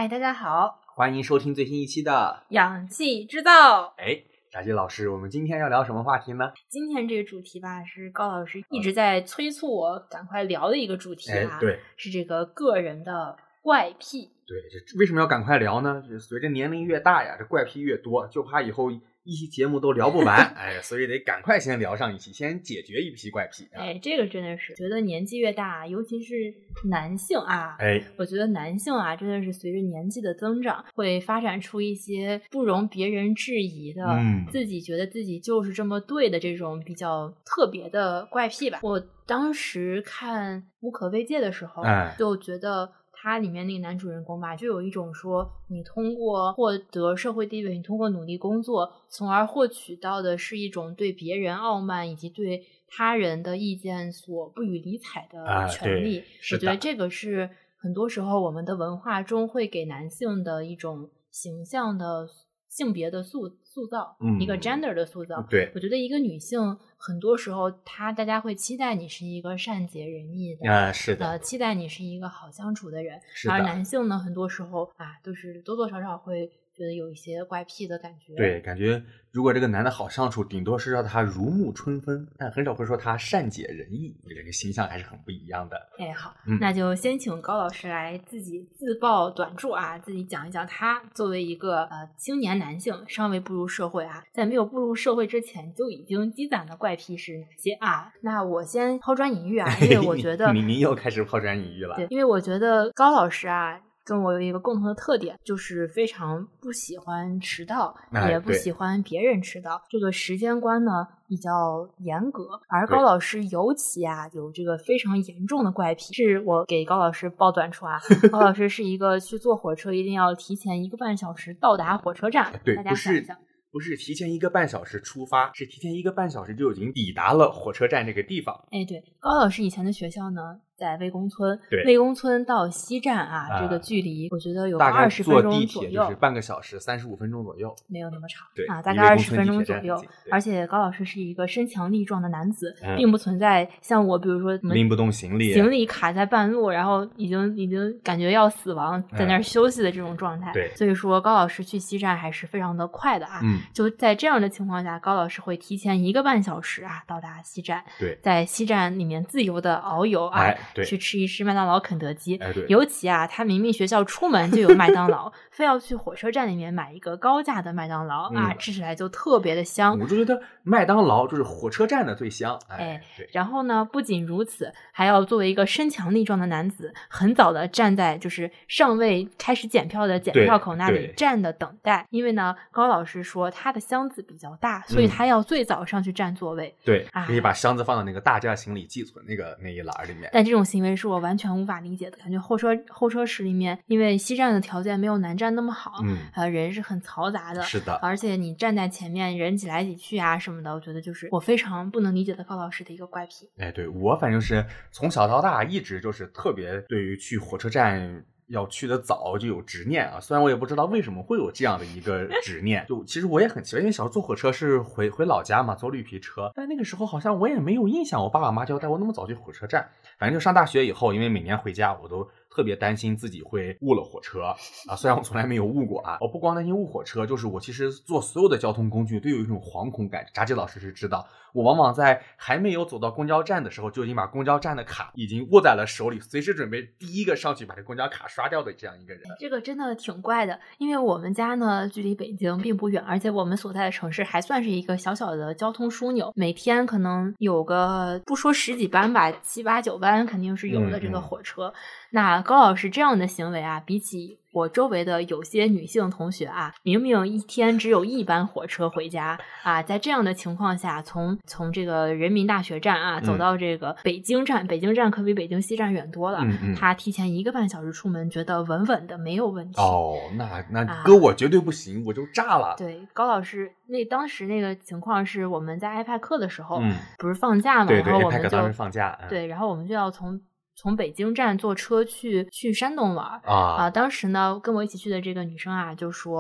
大家好， 欢迎收听最新一期的氧气制造。 炸鸡老师，我们今天要聊什么话题呢？ 今天这个主题吧，是高老师一直在催促我赶快聊的一个主题啊。 对， 是这个个人的怪癖。 对，这为什么要赶快聊呢？就随着年龄越大呀，这怪癖越多，就怕以后一期节目都聊不完，所以得赶快先聊上一期，先解决一批怪癖啊。 这个真的是觉得年纪越大，尤其是男性啊，我觉得男性啊，真的是随着年纪的增长，会发展出一些不容别人质疑的，自己觉得自己就是这么对的这种比较特别的怪癖吧。我当时看《无可慰藉》的时候，就觉得他里面那个男主人公吧，就有一种说你通过获得社会地位，你通过努力工作，从而获取到的是一种对别人傲慢以及对他人的意见所不予理睬的权利。我觉得这个是很多时候我们的文化中会给男性的一种形象的性别的塑造，一个 gender 的塑造。 对， 我觉得一个女性很多时候大家会期待你是一个善解人意的， 是的， 期待你是一个好相处的人。 是的， 而男性呢，很多时候都是多多少少会觉得有一些怪癖的感觉。 对，感觉如果这个男的好相处，顶多是让他如沐春风，但很少会说他善解人意，这个形象还是很不一样的。 好，那就先请高老师来自己自曝短著啊，自己讲一讲他作为一个青年男性，尚未步入社会啊，在没有步入社会之前就已经积攒的怪癖是哪些啊？那我先抛砖引玉啊，因为我觉得你又开始抛砖引玉了。 对，因为我觉得高老师啊跟我有一个共同的特点，就是非常不喜欢迟到，也不喜欢别人迟到。这个时间观呢比较严格，而高老师尤其有这个非常严重的怪癖，是我给高老师爆短处啊。高老师是一个去坐火车一定要提前1个半小时到达火车站， 对， 大家想一想。 不是提前1个半小时出发，是提前1个半小时就已经抵达了火车站这个地方。 对，高老师以前的学校呢在魏公村， 对， 魏公村到西站这个距离我觉得有大概 20分钟左右， 坐地铁就是半个小时35分钟左右， 没有那么长。 对大概20分钟左右。而且高老师是一个身强力壮的男子，并不存在像我比如说拎不动行李卡在半路，然后已经感觉要死亡，在那儿休息的这种状态。 对， 所以说高老师去西站还是非常的快的就在这样的情况下，高老师会提前1个半小时到达西站。 对， 在西站里面自由的遨游去吃一吃麦当劳、肯德基。 对， 尤其他明明学校出门就有麦当劳，非要去火车站里面买一个高价的麦当劳吃起来就特别的香。 我就觉得麦当劳就是火车站的最香。对。 然后呢，不仅如此，还要作为一个身强力壮的男子，很早的站在就是尚未开始检票的检票口那里站的等待。因为呢，高老师说他的箱子比较大，所以他要最早上去占座位。 对，可以把箱子放到那个大件行李寄存那一栏里面。 但这种行为是我完全无法理解的，感觉候车室里面，因为西站的条件没有南站那么好，人是很嘈杂的。 是的， 而且你站在前面，人挤来挤去什么的，我觉得就是我非常不能理解的高老师的一个怪癖。 对，我反正是从小到大一直就是特别对于去火车站要去的早就有执念虽然我也不知道为什么会有这样的一个执念，就其实我也很奇怪，因为小时候坐火车是回老家嘛，坐绿皮车，但那个时候好像我也没有印象我爸爸妈妈就要带我那么早去火车站。反正就上大学以后，因为每年回家我都特别担心自己会误了火车虽然我从来没有误过我不光担心误火车，就是我其实坐所有的交通工具都有一种惶恐感。炸鸡老师是知道，我往往在还没有走到公交站的时候，就已经把公交站的卡已经握在了手里，随时准备第一个上去把这公交卡刷掉的这样一个人。 这个真的挺怪的，因为我们家呢距离北京并不远，而且我们所在的城市还算是一个小小的交通枢纽，每天可能有个不说10几班吧，7、8、9班肯定是有的这个火车。那高老师这样的行为比起我周围的有些女性同学明明一天只有1班火车回家在这样的情况下，从这个人民大学站走到这个北京站，北京站可比北京西站远多了。他提前1个半小时出门，觉得稳稳的没有问题。 那哥我绝对不行，我就炸了。 对，高老师当时那个情况是我们在 iPad 课的时候，不是放假嘛，然后我们就 iPad 当时放假， 对，然后我们就要从北京站坐车去山东玩当时呢跟我一起去的这个女生就说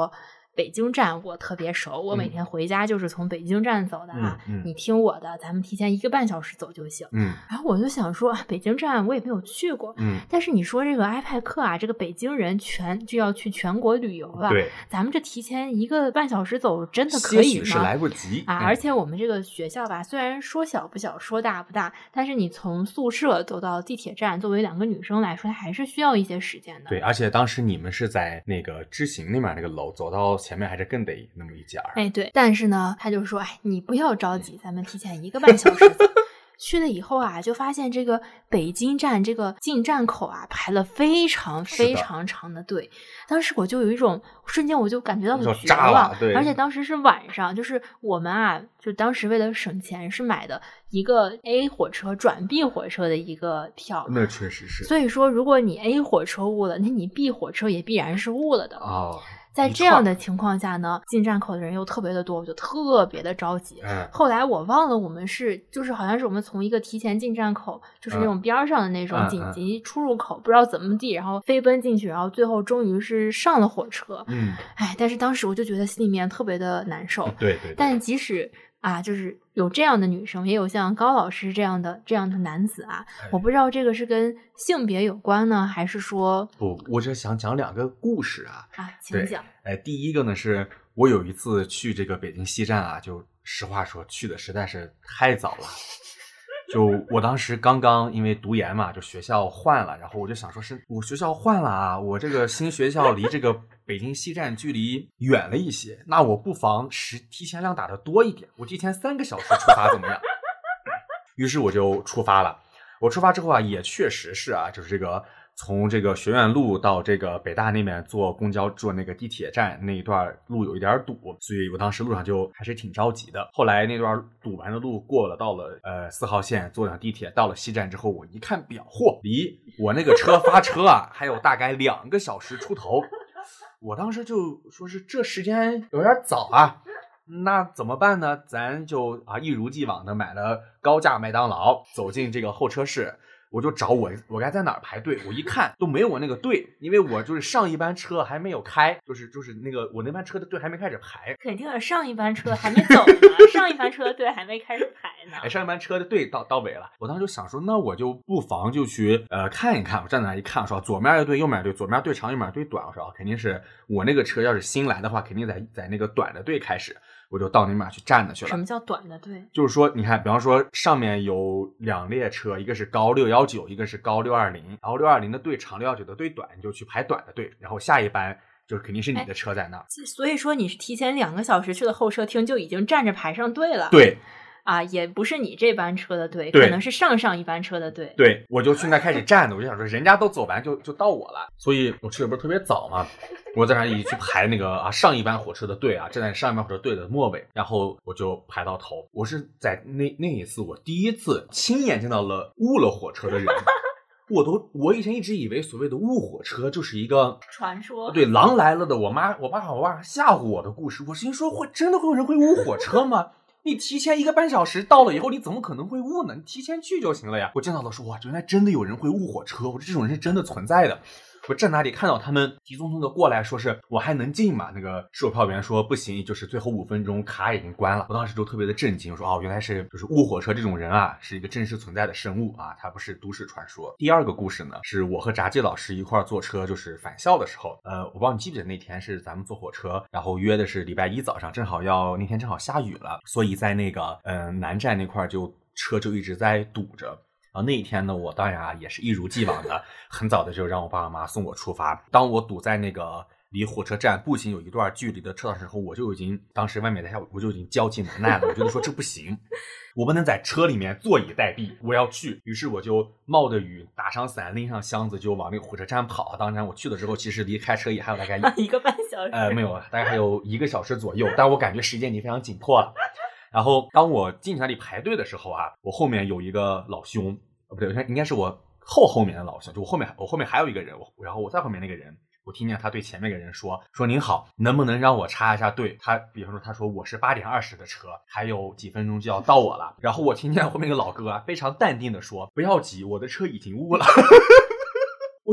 北京站我特别熟，我每天回家就是从北京站走的啊。你听我的，咱们提前1个半小时走就行。然后我就想说，北京站我也没有去过。但是你说这个埃派克啊，这个北京人就要去全国旅游了。 对， 咱们这提前1个半小时走，真的可以吗？ 些许是来不及啊！而且我们这个学校吧，虽然说小不小，说大不大，但是你从宿舍走到地铁站，作为2个女生来说，还是需要一些时间的。 对，而且当时你们是在那个知行那边那个楼，走到前面还是更得那么一截儿。 对，但是呢，他就说，你不要着急，咱们提前1个半小时走。去了以后啊，就发现这个北京站这个进站口啊排了非常非常长的队。当时我就有一种瞬间我就感觉到了绝望，而且当时是晚上，就是我们啊，就当时为了省钱是买的一个 A 火车转 B 火车的一个票。 那确实是。 所以说，如果你 A 火车误了，那你 B 火车也必然是误了的。在这样的情况下呢，进站口的人又特别的多，我就特别的着急。后来我忘了我们就是好像是我们从一个提前进站口，就是那种边上的那种紧急出入口，不知道怎么地，然后飞奔进去，然后最后终于是上了火车。但是当时我就觉得心里面特别的难受。 对。 但即使就是有这样的女生，也有像高老师这样的男子啊。我不知道这个是跟性别有关呢，还是说不？我这想讲2个故事啊。 请讲。 第一个呢，是我有一次去这个北京西站啊，就实话说去的实在是太早了。就我当时刚刚因为读研嘛，就学校换了，然后我就想说是我学校换了啊，我这个新学校离这个北京西站距离远了一些，那我不妨提前量打的多一点，我提前3个小时出发怎么样？于是我就出发了。我出发之后啊，也确实是啊，就是这个从这个学院路到这个北大那边坐公交坐那个地铁站那一段路有一点堵，所以我当时路上就还是挺着急的。后来那段堵完的路过了，到了4号线，坐上地铁到了西站之后，我一看表，离我那个车发车啊还有大概2个小时出头。我当时就说是这时间有点早啊，那怎么办呢？咱就一如既往的买了高价麦当劳，走进这个候车室。我就找我该在哪儿排队，我一看都没有我那个队，因为我就是上一班车还没有开，就是那个我那班车的队还没开始排。 肯定是上一班车还没走呢，上一班车的队还没开始排呢。 上一班车的队到尾了。我当时就想说，那我就不妨就去看一看。我站在那一看，说左面的队右面的队，左面队长右面队短，我说肯定是我那个车要是新来的话，肯定在那个短的队开始。我就到那边去站着去了。 什么叫短的队？ 就是说你看比方说上面有2列车，一个是高619，一个是高620，然后620的队长，619的队短，你就去排短的队，然后下一班就是肯定是你的车在那儿。 所以说你是提前2个小时去了候车厅，就已经站着排上队了。 对也不是你这班车的队，可能是上一班车的队。 对，我就去那开始站的，我就想说人家都走完就到我了，所以我去的不是特别早嘛，我在那里去排那个上一班火车的队啊，站在上一班火车队的末尾，然后我就排到头。我是在那一次我第一次亲眼见到了误了火车的人。我以前一直以为所谓的误火车就是一个传说， 对，狼来了的我爸吓唬我的故事。我心说真的会有人会误火车吗？你提前1个半小时到了以后，你怎么可能会误呢？你提前去就行了呀。我见到了说，哇，原来真的有人会误火车，这种人是真的存在的。我站哪里看到他们急匆匆的过来，说是我还能进吗？那个售票员说不行，就是最后5分钟卡已经关了。我当时就特别的震惊，我说原来是就是误火车这种人啊，是一个真实存在的生物啊，它不是都市传说。第2个故事呢，是我和炸鸡老师一块坐车，就是返校的时候，我不知道你记不记得那天是咱们坐火车，然后约的是礼拜1早上，那天正好下雨了，所以在那个南站那块车就一直在堵着。然后那一天呢，我当然也是一如既往的很早的就让我爸妈送我出发。当我堵在那个离火车站步行有一段距离的车道上时候，我就已经当时外面在下我就已经焦急难耐了，我觉得说这不行，我不能在车里面坐以待毙，我要去。于是我就冒着雨打上伞拎上箱子就往那个火车站跑。当然我去了之后其实离开车也还有大概 1个半小时， 没有，大概还有1个小时左右，但我感觉时间已经非常紧迫了。然后当我进去那里排队的时候啊，我后面有一个老兄，不对，应该是我后面的老兄，就我后面还有一个人，然后我在后面那个人，我听见他对前面那个人说您好，能不能让我插一下队？比方说他说我是8点20的车，还有几分钟就要到我了。然后我听见后面一个老哥非常淡定的说不要急，我的车已经误了。我说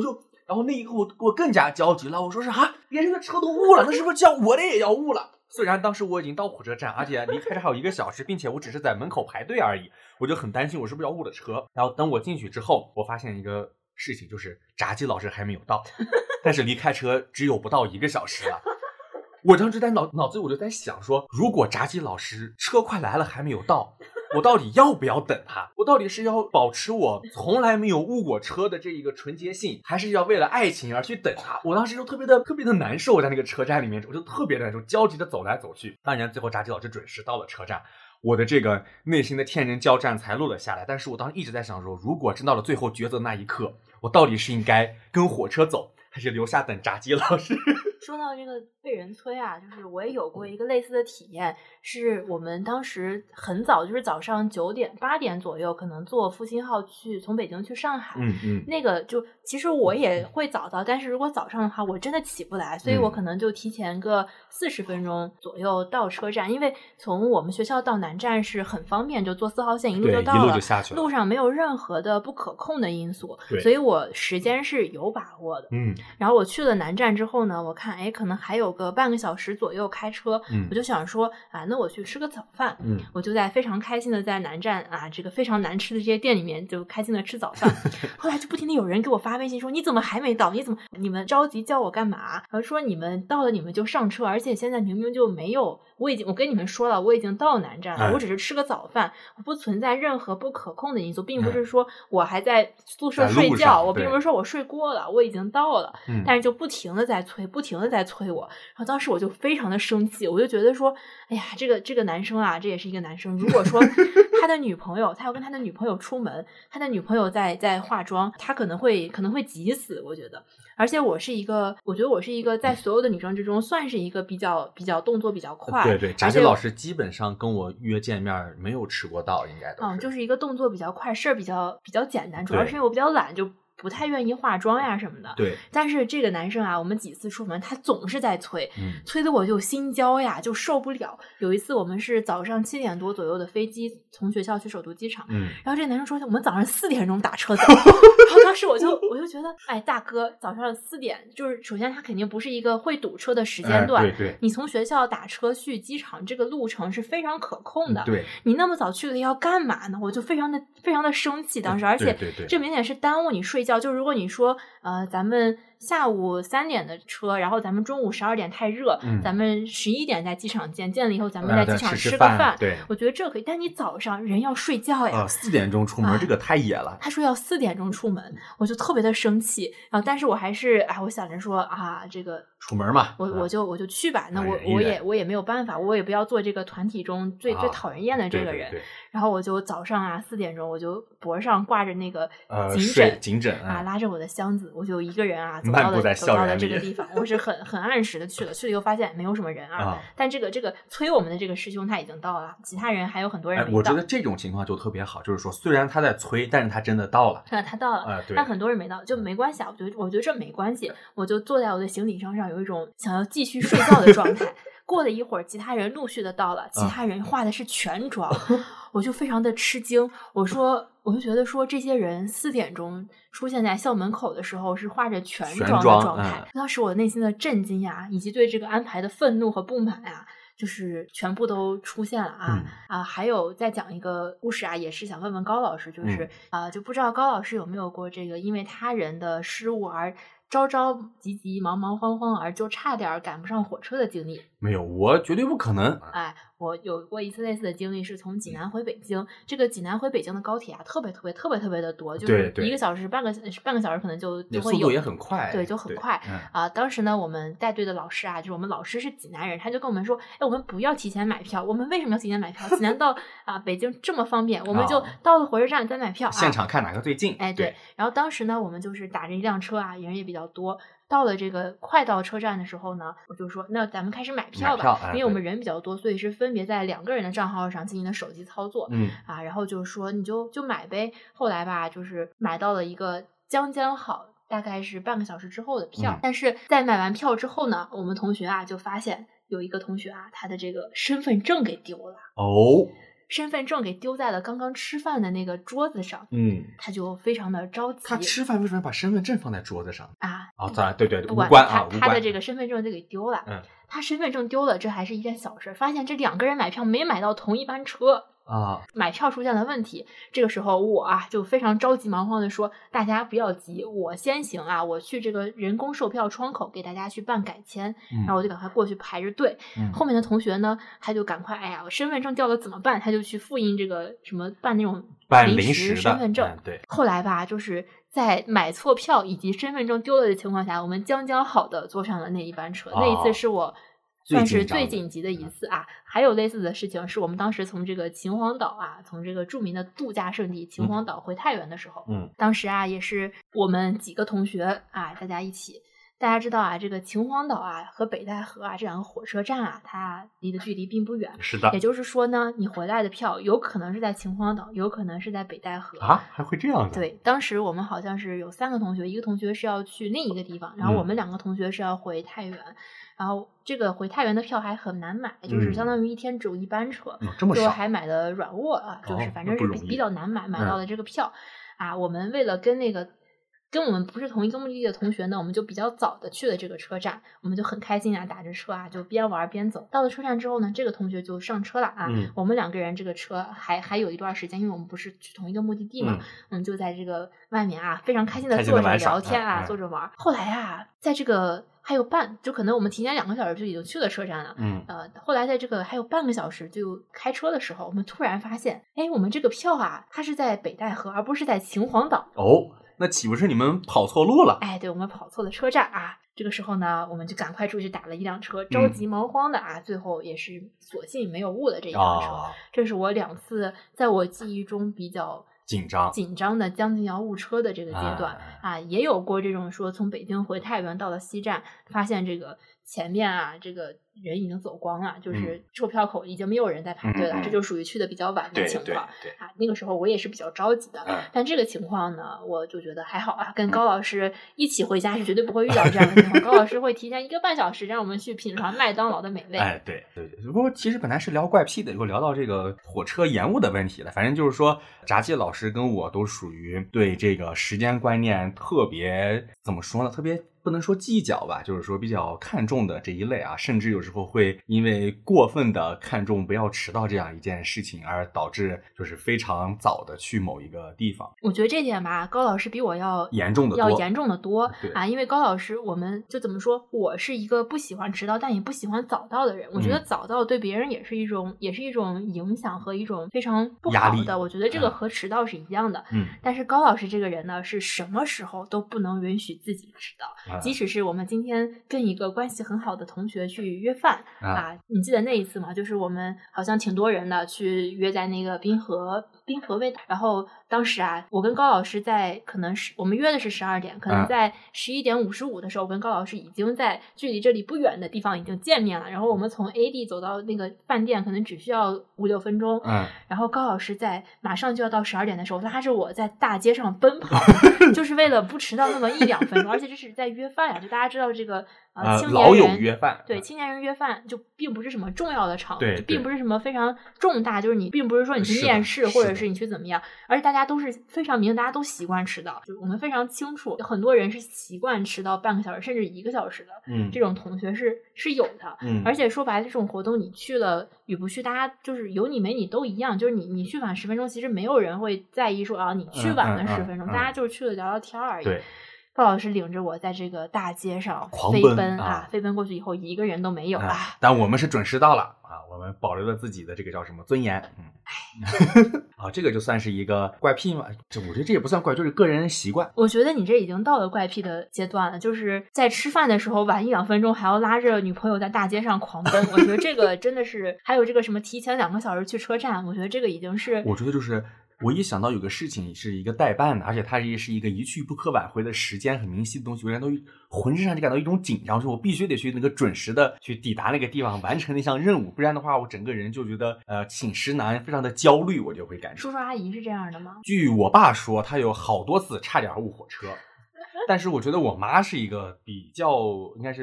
然后那一刻我更加焦急了，我说是啊，别人的车都误了，那是不是叫我的也要误了？虽然当时我已经到火车站，而且离开这还有1个小时，并且我只是在门口排队而已，我就很担心我是不是要误了车。然后等我进去之后，我发现一个事情，就是闸机老师还没有到，但是离开车只有不到1个小时了。我当时在脑子我就在想说，如果闸机老师车快来了还没有到，我到底要不要等他？我到底是要保持我从来没有误过车的这一个纯洁性，还是要为了爱情而去等他？我当时就特别的难受，在那个车站里面，我就特别的难受，焦急的走来走去。当然最后闸机老师准时到了车站，我的这个内心的天人交战才落了下来。但是我当时一直在想说，如果真到了最后抉择那一刻，我到底是应该跟火车走，还是留下等闸机老师？ 说到这个被人催啊，就是我也有过一个类似的体验，是我们当时很早，就是早上9点8点左右，可能坐复兴号从北京去上海。那个就其实我也会早到，但是如果早上的话，我真的起不来，所以我可能就提前个40分钟左右到车站，因为从我们学校到南站是很方便，就坐4号线一路就到了， 一路就下去了， 路上没有任何的不可控的因素，所以我时间是有把握的。然后我去了南站之后呢，我看可能还有个半个小时左右开车，我就想说啊，那我去吃个早饭。我就在非常开心的在南站啊这个非常难吃的这些店里面就开心的吃早饭。后来就不停的有人给我发微信说，你怎么还没到？你们着急叫我干嘛？然后说你们到了你们就上车，而且现在明明就没有，我跟你们说了，我已经到南站了，我只是吃个早饭，我不存在任何不可控的因素，并不是说我还在宿舍睡觉，我并不是说我睡过了，我已经到了，但是就不停的在催，不停的在催我。然后当时我就非常的生气，我就觉得说，哎呀，这个男生啊，这也是一个男生，如果说他的女朋友，他要跟他的女朋友出门，他的女朋友在化妆，他可能会急死，我觉得。而且我觉得我是一个在所有的女生之中算是一个比较动作比较快。 对，闸机老师基本上跟我约见面没有迟过到，应该都是。 就是一个动作比较快，事儿比较简单，主要是因为我比较懒，就不太愿意化妆呀什么的。 对。 但是这个男生啊，我们几次出门他总是在催，催得我就心焦呀，就受不了。有一次我们是早上7点多左右的飞机从学校去首都机场，然后这个男生说我们早上4点钟打车走。然后当时我就觉得，哎，大哥，早上4点，就是首先他肯定不是一个会堵车的时间段， 对， 你从学校打车去机场这个路程是非常可控的， 对， 你那么早去了要干嘛呢？我就非常的生气当时，而且这明显是耽误你睡觉。就如果你说咱们下午3点的车，然后咱们中午12点太热，咱们11点在机场见了以后咱们在机场吃个饭， 对， 我觉得这可以。但你早上人要睡觉呀 ，4点钟出门，这个太野了。 他说要4点钟出门，我就特别的生气。然后但是我还是我想着说啊，这个出门嘛， 我就去吧。那我也没有办法，我也不要做这个团体中最讨人厌的这个人。 对， 然后我就早上4点钟，我就脖上挂着那个颈枕拉着我的箱子，我就一个人走到了这个地方。我是很按时的去了以后发现没有什么人但这个催我们的这个师兄他已经到了，其他人还有很多人没到。 我觉得这种情况就特别好，就是说虽然他在催，但是他真的到了。 他到了，但很多人没到，就没关系啊。我觉得这没关系，我就坐在我的行李箱上，有一种想要继续睡觉的状态。过了一会儿，其他人陆续的到了，其他人化的是全妆，我就非常的吃惊。我就觉得说，这些人4点钟出现在校门口的时候是化着全妆的状态。当时我内心的震惊呀，以及对这个安排的愤怒和不满呀，就是全部都出现了还有再讲一个故事也是想问问高老师，就是就不知道高老师有没有过这个因为他人的失误而着急忙慌慌而就差点赶不上火车的经历。 没有，我绝对不可能。 我有过一次类似的经历，是从济南回北京。这个济南回北京的高铁特别的多，就是1个小时半个小时可能就会有， 速度也很快， 对，就很快当时呢，我们带队的老师就是我们老师是济南人，他就跟我们说，我们不要提前买票。我们为什么要提前买票？济南到北京这么方便，我们就到了火车站再买票， 现场看哪个最近。 对。然后当时呢，我们就是打着一辆车人也比较多。到了这个快到车站的时候呢，我就说那咱们开始买票吧，因为我们人比较多，所以是分别在2个人的账号上进行的手机操作。然后就说你就买呗。后来吧，就是买到了一个将好，大概是半个小时之后的票。但是在买完票之后呢，我们同学就发现有一个同学他的这个身份证给丢了。 身份证给丢在了刚刚吃饭的那个桌子上，他就非常的着急。 他吃饭为什么把身份证放在桌子上啊？ 对， 不管无关啊， 他的这个身份证就给丢了。他身份证丢了，这还是一件小事，发现这2个人买票没买到同一班车。买票出现了问题，这个时候我就非常着急忙慌的说，大家不要急，我先行我去这个人工售票窗口给大家去办改签，然后我就赶快过去排着队。后面的同学呢，他就赶快我身份证掉了怎么办，他就去复印这个什么办那种临时身份证。 对， 后来吧，就是在买错票以及身份证丢了的情况下，我们将好的坐上了那一班车。那一次是我算是最紧急的一次还有类似的事情，是我们当时从这个秦皇岛从这个著名的度假胜地秦皇岛回太原的时候，当时也是我们几个同学大家一起。大家知道这个秦皇岛和北戴河这2个火车站它离的距离并不远， 是的。 也就是说呢，你回来的票有可能是在秦皇岛，有可能是在北戴河还会这样的？ 对，当时我们好像是有3个同学，一个同学是要去另一个地方，然后我们2个同学是要回太原。然后这个回太原的票还很难买，就是相当于一天只有1班车，最后还买的软卧就是反正是比较难买到的这个票我们为了跟我们不是同一个目的地的同学呢，我们就比较早的去了这个车站，我们就很开心打着车就边玩边走。到了车站之后呢，这个同学就上车了我们2个人这个车还有一段时间，因为我们不是去同一个目的地嘛，我们就在这个外面非常开心的坐着聊天坐着玩。后来在这个还有就可能我们提前2个小时就已经去了车站了。后来在这个还有半个小时就开车的时候，我们突然发现，我们这个票它是在北戴河，而不是在秦皇岛。 那岂不是你们跑错路了？ 对，我们跑错了车站这个时候呢，我们就赶快出去打了一辆车，着急忙慌的最后也是索性没有误了这一辆车。这是我2次在我记忆中比较紧张的将近要误车的这个阶段也有过这种说从北京回太原到了西站，发现这个前面这个人已经走光了，就是售票口已经没有人在排队了，这就属于去的比较晚的情况。 对那个时候我也是比较着急的，但这个情况呢，我就觉得还好跟高老师一起回家是绝对不会遇到这样的情况。高老师会提前1个半小时让我们去品尝麦当劳的美味。 对。不过其实本来是聊怪癖的，又聊到这个火车延误的问题了。反正就是说，炸鸡老师跟我都属于对这个时间观念特别怎么说呢？特别不能说计较吧，就是说比较看重的这一类甚至有时候会因为过分的看重不要迟到这样一件事情，而导致就是非常早的去某一个地方。 我觉得这点吧，高老师比我要严重的多因为高老师我们就怎么说，我是一个不喜欢迟到但也不喜欢早到的人。我觉得早到对别人也是一种影响和一种非常不好的，我觉得这个和迟到是一样的。但是高老师这个人呢，是什么时候都不能允许自己迟到，即使是我们今天跟一个关系很好的同学去约饭你记得那一次吗？就是我们好像挺多人的去约在那个滨河味道，然后当时我跟高老师可能是我们约的是12点，可能在11点55的时候，我跟高老师已经在距离这里不远的地方已经见面了。然后我们从 A 地走到那个饭店可能只需要5-6分钟然后高老师在马上就要到12点的时候，拉着我在大街上奔跑就是为了不迟到那么1-2分钟，而且这是在约饭就大家知道这个青年人老友约饭， 对，青年人约饭就并不是什么重要的场合， 就并不是什么非常重大，就是你并不是说你去面试或者是你去怎么样，而且大家都是非常明，大家都习惯迟到，就是我们非常清楚，很多人是习惯迟到半个小时甚至1个小时的，这种同学是有的，而且说白了，这种活动你去了与不去，大家就是有你没你都一样，就是你去晚10分钟，其实没有人会在意说你去晚了10分钟，大家就是去了聊聊天而已。 对。 高老师领着我在这个大街上飞奔飞奔过去以后一个人都没有但我们是准时到了我们保留了自己的这个叫什么尊严这个就算是一个怪癖嘛，我觉得这也不算怪，就是个人习惯。 我觉得你这已经到了怪癖的阶段了，就是在吃饭的时候晚1-2分钟还要拉着女朋友在大街上狂奔我觉得这个真的是还有这个什么提前2个小时去车站，我觉得这个已经是， 我觉得就是我一想到有个事情是一个代办的，而且它也是一个一去不可挽回的时间很明晰的东西，我感到浑身上就感到一种紧张，说我必须得去那个准时的去抵达那个地方完成那项任务，不然的话我整个人就觉得寝食难，非常的焦虑，我就会感觉。 叔叔阿姨是这样的吗？ 据我爸说他有好多次差点误火车但是我觉得我妈是一个比较应该是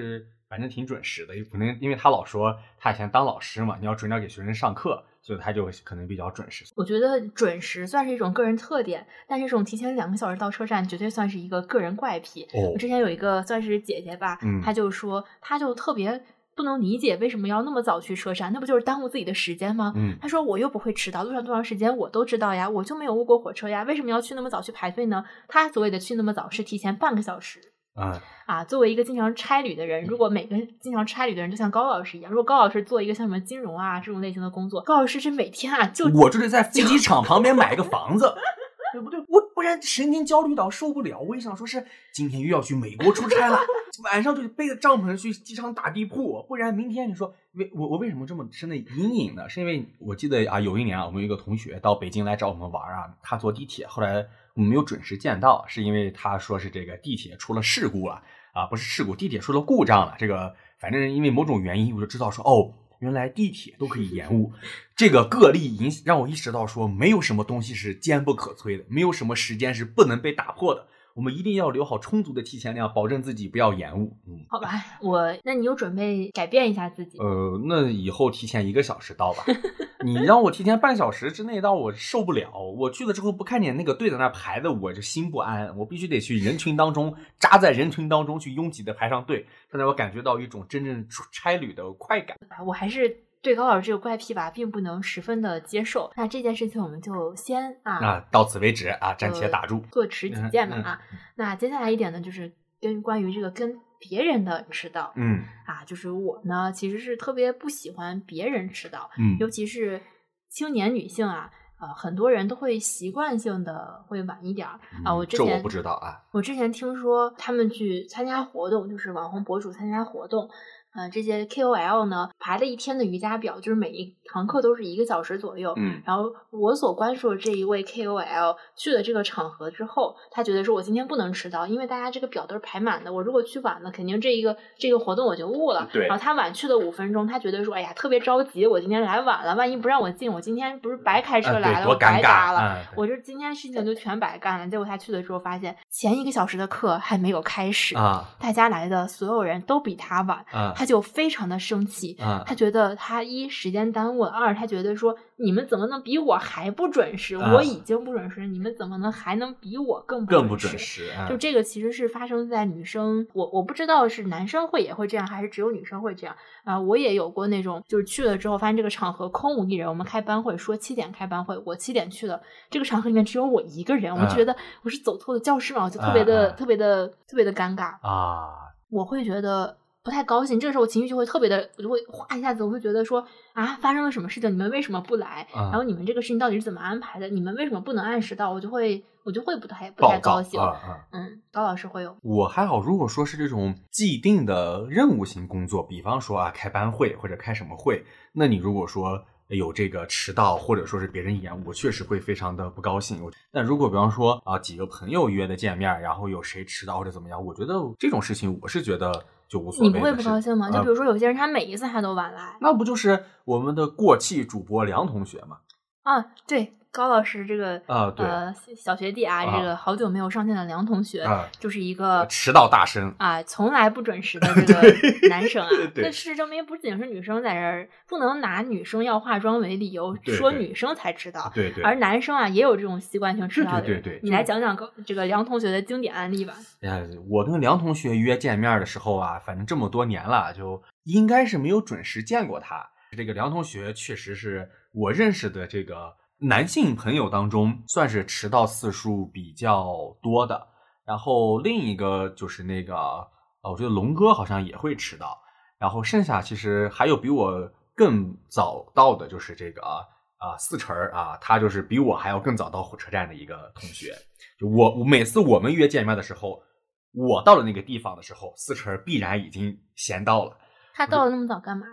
反正挺准时的，可能因为他老说他以前当老师嘛，你要准点给学生上课，所以他就可能比较准时。 我觉得准时算是一种个人特点，但是这种提前2个小时到车站绝对算是一个个人怪癖。我之前有一个算是姐姐吧，她就说她就特别不能理解为什么要那么早去车站，那不就是耽误自己的时间吗？她说我又不会迟到，路上多长时间我都知道呀，我就没有误过火车呀，为什么要去那么早去排队呢？她所谓的去那么早是提前半个小时。作为一个经常差旅的人，如果每个经常差旅的人就像高老师一样，如果高老师做一个像什么金融啊这种类型的工作，高老师是每天我就得在飞机场旁边买一个房子，对不对？我不然神经焦虑到受不了。我一想说是今天又要去美国出差了，晚上就背着帐篷去机场打地铺，不然明天你说我为什么这么深的阴影呢？是因为我记得有一年我们有一个同学到北京来找我们玩他坐地铁，后来我们没有准时见到，是因为他说是这个地铁出了事故了不是事故，地铁出了故障了。这个反正因为某种原因，我就知道说原来地铁都可以延误。这个个例让我意识到说，没有什么东西是坚不可摧的，没有什么时间是不能被打破的。我们一定要留好充足的提前量，保证自己不要延误。 好吧，那你有准备改变一下自己？ 那以后提前1个小时到吧。你让我提前半小时之内到，我受不了。我去了之后不看见那个队在那排的，我就心不安。我必须得去人群当中，扎在人群当中去拥挤的排上队，才能我感觉到一种真正差旅的快感。 我还是对高老师这个怪癖吧，并不能十分的接受。那这件事情我们就先到此为止暂且打住， 坐持己见吧那接下来一点呢，就是关于这个跟别人的迟到，就是我呢其实是特别不喜欢别人迟到，尤其是青年女性很多人都会习惯性的会晚一点这我不知道我之前听说他们去参加活动，就是网红博主参加活动。这些 KOL 呢排了一天的瑜伽表，就是每一堂课都是1个小时左右。然后我所关注的这一位 KOL 去了这个场合之后，他觉得说我今天不能迟到，因为大家这个表都是排满的，我如果去晚了，肯定这个活动我就误了。 对。 然后他晚去了5分钟，他觉得说，哎呀，特别着急，我今天来晚了，万一不让我进，我今天不是白开车来了，我白搭了，我这今天事情就全白干了。结果他去了之后发现，前1个小时的课还没有开始大家来的所有人都比他晚他就非常的生气他觉得他1时间耽误了，2他觉得说你们怎么能比我还不准时我已经不准时，你们怎么能还能比我更不准时就这个其实是发生在女生，我不知道是男生也会这样还是只有女生会这样我也有过那种就是去了之后发现这个场合空无一人，我们开班会说7点开班会，我7点去了，这个场合里面只有我一个人我就觉得我是走错了教室嘛，我就特别的尴尬我会觉得不太高兴，这个时候我情绪就会特别的，我就会哗一下子，我会觉得说发生了什么事情，你们为什么不来然后你们这个事情到底是怎么安排的，你们为什么不能按时到，我就会不太高兴高老师会有？ 我还好，如果说是这种既定的任务型工作，比方说开班会或者开什么会，那你如果说有这个迟到或者说是别人延误，我确实会非常的不高兴。但如果比方说几个朋友约的见面，然后有谁迟到或者怎么样，我觉得这种事情我是觉得就无所谓。 你不会不高兴吗？就比如说有些人他每一次他都晚来， 那不就是我们的过气主播梁同学吗？ 对，高老师这个对小学弟这个好久没有上线的梁同学就是一个迟到大神从来不准时的这个男生那事实证明不仅是女生在这儿，不能拿女生要化妆为理由说女生才迟到， 对而男生也有这种习惯性迟到的人。 对你来讲讲这个梁同学的经典案例吧。 我跟梁同学约见面的时候反正这么多年了，就应该是没有准时见过他。这个梁同学确实是我认识的这个男性朋友当中算是迟到次数比较多的。然后另一个就是那个我觉得龙哥好像也会迟到，然后剩下其实还有比我更早到的，就是这个四成他就是比我还要更早到火车站的一个同学。就我每次我们约见面的时候，我到了那个地方的时候，四成必然已经先到了。 他到了那么早干嘛呀？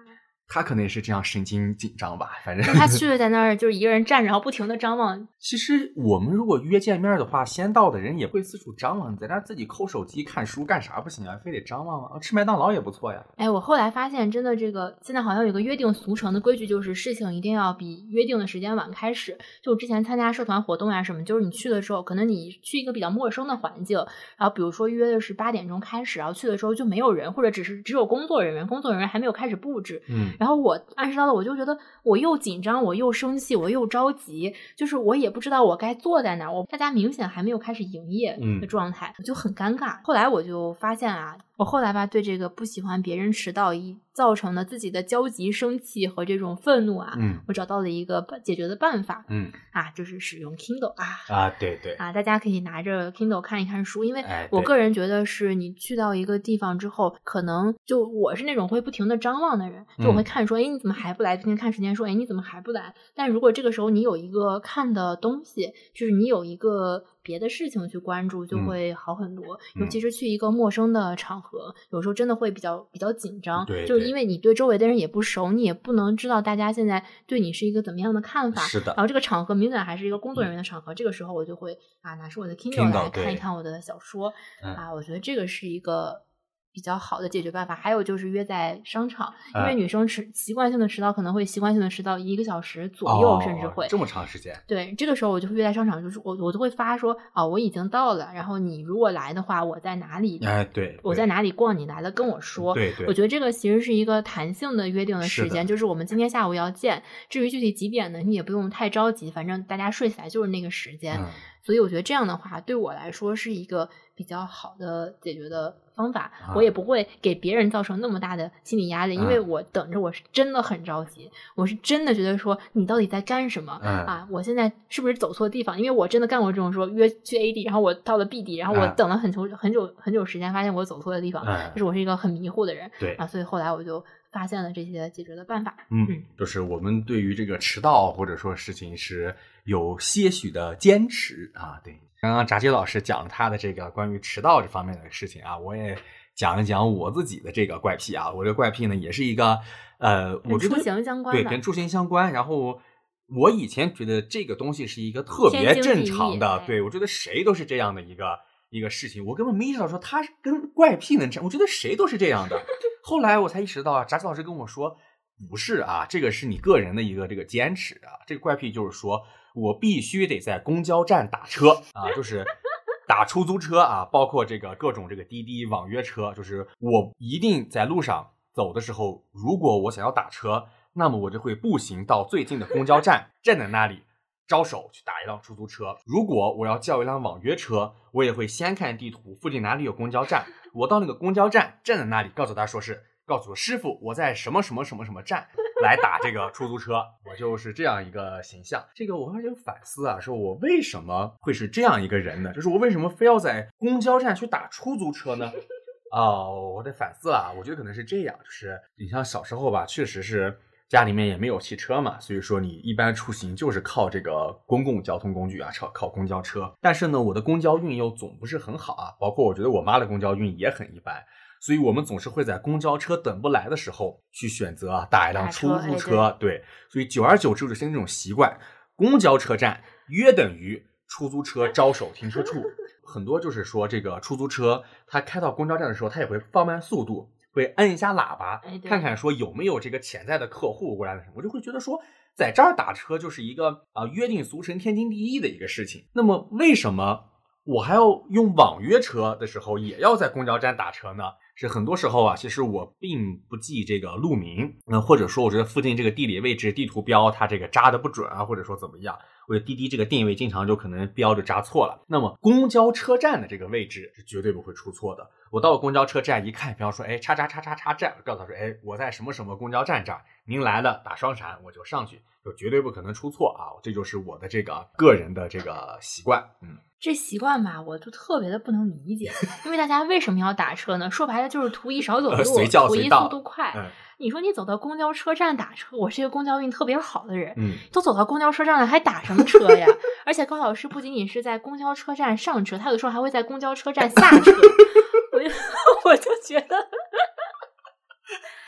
他可能也是这样神经紧张吧，反正。 他去在那儿就是一个人站着，然后不停的张望。 其实我们如果约见面的话，先到的人也会四处张望，你在那儿自己抠手机看书干啥不行啊？非得张望吗？吃麦当劳也不错呀。 哎，我后来发现，真的这个现在好像有个约定俗成的规矩，就是事情一定要比约定的时间晚开始。就我之前参加社团活动呀什么，就是你去的时候，可能你去一个比较陌生的环境，然后比如说约的是8点钟开始，然后去的时候就没有人，或者只有工作人员还没有开始布置。然后我按时到了，我就觉得我又紧张，我又生气，我又着急，就是我也不知道我该坐在哪儿，大家明显还没有开始营业的状态，我就很尴尬。后来我就发现啊，我后来吧对这个不喜欢别人迟到造成的自己的焦急、生气和这种愤怒啊，我找到了一个解决的办法，就是使用 Kindle 对对大家可以拿着 Kindle 看一看书，因为我个人觉得是你去到一个地方之后，可能就我是那种会不停的张望的人，就我会看说，你怎么还不来？不停看时间说，你怎么还不来？但如果这个时候你有一个看的东西，就是你有一个别的事情去关注，就会好很多。尤其是去一个陌生的场合，有时候真的会比较紧张，就是因为你对周围的人也不熟，你也不能知道大家现在对你是一个怎么样的看法。 是的。 然后这个场合明显还是一个工作人员的场合，这个时候我就会拿出我的 Kindle 来看一看我的小说我觉得这个是一个比较好的解决办法。还有就是约在商场，因为女生习惯性的迟到，可能会习惯性的迟到1个小时左右，甚至会这么长时间。 对，这个时候我就会约在商场，就是我就会发说我已经到了，然后你如果来的话，我在哪里？ 对， 我在哪里逛，你来了跟我说。 对， 我觉得这个其实是一个弹性的约定的时间，就是我们今天下午要见，至于具体几点呢，你也不用太着急，反正大家睡起来就是那个时间。所以我觉得这样的话对我来说是一个比较好的解决的方法，我也不会给别人造成那么大的心理压力，因为我等着我是真的很着急，我是真的觉得说你到底在干什么我现在是不是走错地方？因为我真的干过这种说约去 A 地，然后我到了 B 地，然后我等了很久时间，发现我走错的地方，就是我是一个很迷糊的人。 对所以后来我就发现了这些解决的办法。 就是我们对于这个迟到或者说事情是有些许的坚持对，刚刚炸鸡老师讲了他的这个关于迟到这方面的事情我也讲一讲我自己的这个怪癖我这个怪癖呢也是一个我觉得跟出行相关的， 对，跟出行相关。然后我以前觉得这个东西是一个特别正常的，对，我觉得谁都是这样的一个事情，我根本没意识到说他跟怪癖能我觉得谁都是这样的。后来我才意识到炸鸡老师跟我说不是这个是你个人的一个这个坚持这个怪癖就是说我必须得在公交站打车就是打出租车包括这个各种这个滴滴网约车，就是我一定在路上走的时候，如果我想要打车，那么我就会步行到最近的公交站，站在那里招手去打一辆出租车。如果我要叫一辆网约车，我也会先看地图附近哪里有公交站，我到那个公交站站在那里，告诉我师傅我在什么什么什么什么站来打这个出租车，我就是这样一个形象。这个我就反思说我为什么会是这样一个人呢？就是我为什么非要在公交站去打出租车呢？我得反思我觉得可能是这样，就是你像小时候吧，确实是家里面也没有汽车嘛，所以说你一般出行就是靠这个公共交通工具靠公交车。但是呢，我的公交运又总不是很好包括我觉得我妈的公交运也很一般，所以我们总是会在公交车等不来的时候去选择打一辆出租车。对，所以久而久之就形成这种习惯，公交车站约等于出租车招手停车处。很多就是说这个出租车它开到公交站的时候，它也会放慢速度，会摁一下喇叭，看看说有没有这个潜在的客户过来的。我就会觉得说在这儿打车就是一个约定俗成天经地义的一个事情。那么为什么我还要用网约车的时候也要在公交站打车呢？是很多时候其实我并不记这个路名，或者说我觉得附近这个地理位置地图标它这个扎的不准或者说怎么样，我觉得滴滴这个定位经常就可能标就扎错了。那么公交车站的这个位置是绝对不会出错的。我到公交车站一看，比方说叉站，告诉他说我在什么什么公交站这儿，您来了打双闪，我就上去，就绝对不可能出错这就是我的这个个人的这个习惯。 这习惯吧，我就特别的不能理解，因为大家为什么要打车呢？说白了就是图一少走路，图一速度快。你说你走到公交车站打车，我是一个公交运特别好的人，都走到公交车站了还打什么车呀？而且高老师不仅仅是在公交车站上车，他有时候还会在公交车站下车。我就觉得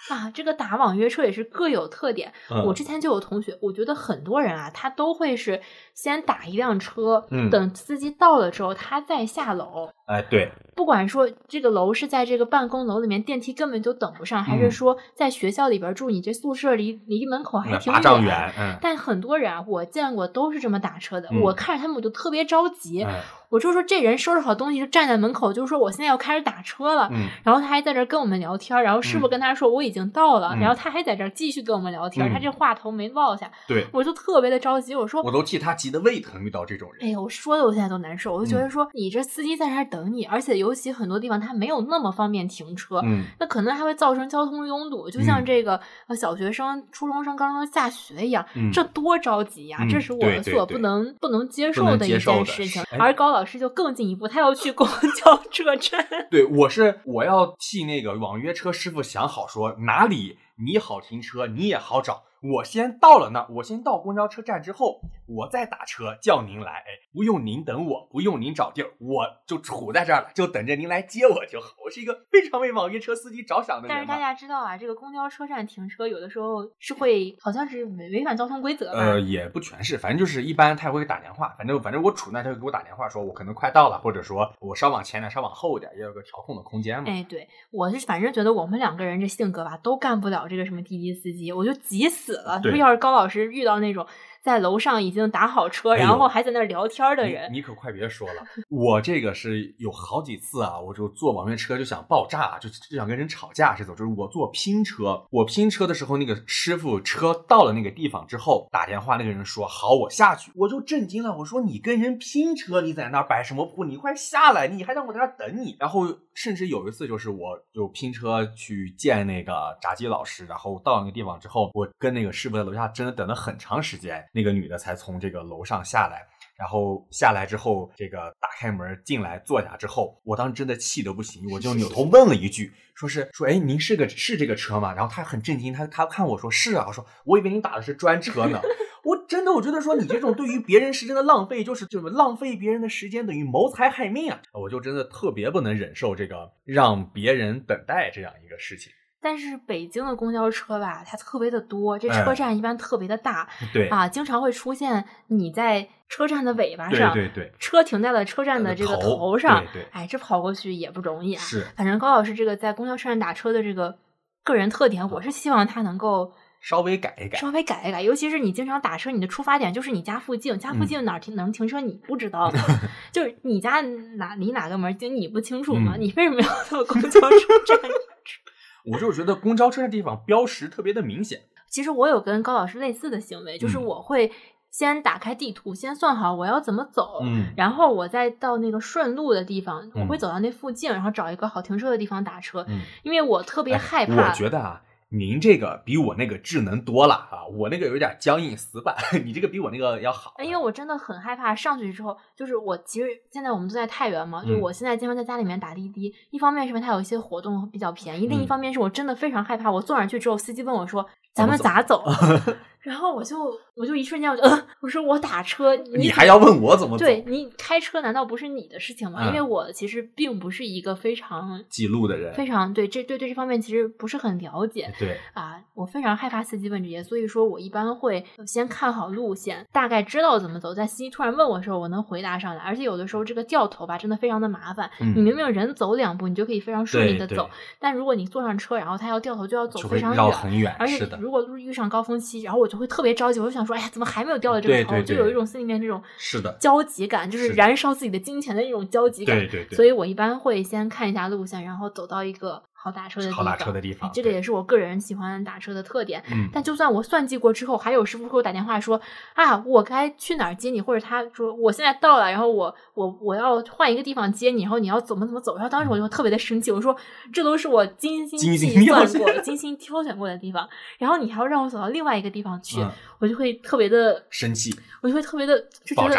啊，这个打网约车也是各有特点。我之前就有同学，我觉得很多人啊，他都会是先打一辆车，等司机到了之后，他再下楼。 哎，对， 不管说这个楼是在这个办公楼里面，电梯根本就等不上，还是说在学校里边住，你这宿舍离门口还挺远。 但很多人啊，我见过都是这么打车的。我看着他们我就特别着急。我就说这人收拾好东西就站在门口，就说我现在要开始打车了。然后他还在这跟我们聊天，然后师傅跟他说我已经到了，然后他还在这继续跟我们聊天，他这话头没落下。 对， 我就特别的着急，我都替他急得胃疼，遇到这种人。 哎呀，我说的我现在都难受，我就觉得说你这司机在这等你，而且尤其很多地方他没有那么方便停车，那可能还会造成交通拥堵，就像这个小学生、初中生刚刚下学一样，这多着急呀！这是我所不能接受的一件事情。而高老师就更进一步，他要去公交车站。 对，我要替那个网约车师傅想好，说哪里你好停车，你也好找。我先到了那，我先到公交车站之后，我再打车叫您来，不用您等我，不用您找地儿，我就杵在这儿了，就等着您来接我就好。我是一个非常为网约车司机着想的人。 但是大家知道啊，这个公交车站停车有的时候是会好像是违反交通规则吧？ 也不全是，反正就是一般他会打电话，反正我杵那他会给我打电话说我可能快到了，或者说我稍往前点，稍往后点，也有个调控的空间嘛。 哎，对，我是反正觉得我们两个人这性格吧，都干不了这个什么滴滴司机，我就急死了。要是高老师遇到那种在楼上已经打好车，然后还在那聊天的人， 你可快别说了。我这个是有好几次啊，我就坐网约车就想爆炸，就想跟人吵架这种。就是我坐拼车，我拼车的时候，那个师傅车到了那个地方之后打电话，那个人说好我下去，我就震惊了，我说你跟人拼车，你在那摆什么谱？你快下来，你还让我在那等你。然后甚至有一次就是我就拼车去见那个炸鸡老师，然后到那个地方之后，我跟那个师傅在楼下真的等了很长时间，那个女的才从这个楼上下来。然后下来之后，这个打开门进来坐下之后，我当时真的气得不行，我就扭头问了一句，说哎，您是这个车吗？然后他很震惊，他看我说是啊，我说我以为你打的是专车呢。我觉得说你这种对于别人时间的浪费，就是浪费别人的时间，等于谋财害命啊！我就真的特别不能忍受这个让别人等待这样一个事情。 但是北京的公交车吧，它特别的多，这车站一般特别的大， 对啊，经常会出现你在车站的尾巴上， 对， 车停在了车站的这个头上， 对， 哎，这跑过去也不容易啊。 是， 反正高老师这个在公交车站打车的这个个人特点，我是希望他能够稍微改一改， 尤其是你经常打车，你的出发点就是你家附近，哪能停车你不知道吗？就是你家离哪个门近你不清楚吗？你为什么要到公交车站？ 我就是觉得公交车的地方标识特别的明显。 其实我有跟高老师类似的行为，就是我会先打开地图，先算好我要怎么走，然后我再到那个顺路的地方，我会走到那附近，然后找一个好停车的地方打车，因为我特别害怕。 我觉得啊，您这个比我那个智能多了啊，我那个有点僵硬死板，你这个比我那个要好。 因为我真的很害怕上去之后，就是我其实现在我们都在太原嘛，就我现在经常在家里面打滴滴，一方面是因为它有一些活动比较便宜，另一方面是我真的非常害怕，我坐上去之后，司机问我说咱们咋走？然后我就一瞬间我说我打车， 你还要问我怎么走？ 对，你开车难道不是你的事情吗？因为我其实并不是一个非常记录的人， 非常对这方面其实不是很了解。 对啊，我非常害怕司机问这些，所以说我一般会先看好路线，大概知道怎么走，在司机突然问我的时候，我能回答上来。而且有的时候这个掉头吧，真的非常的麻烦。你明明人走2步，你就可以非常顺利的走，但如果你坐上车，然后他要掉头，就要走非常远， 绕很远。 而且如果遇上高峰期，然后我就会特别着急，我就想说，哎呀，怎么还没有掉到这个头？就有一种心里面这种焦急感，就是燃烧自己的金钱的一种焦急感。 对， 所以我一般会先看一下路线，然后走到一个好打车的地方，这个也是我个人喜欢打车的特点。但就算我算计过之后，还有师傅给我打电话说啊，我该去哪儿接你，或者他说我现在到了，然后我要换一个地方接你，然后你要怎么走。然后当时我就特别的生气，我说这都是我精心计算过、精心挑选过的地方，然后你还要让我走到另外一个地方去，我就会特别的生气， 我就会特别的就觉得。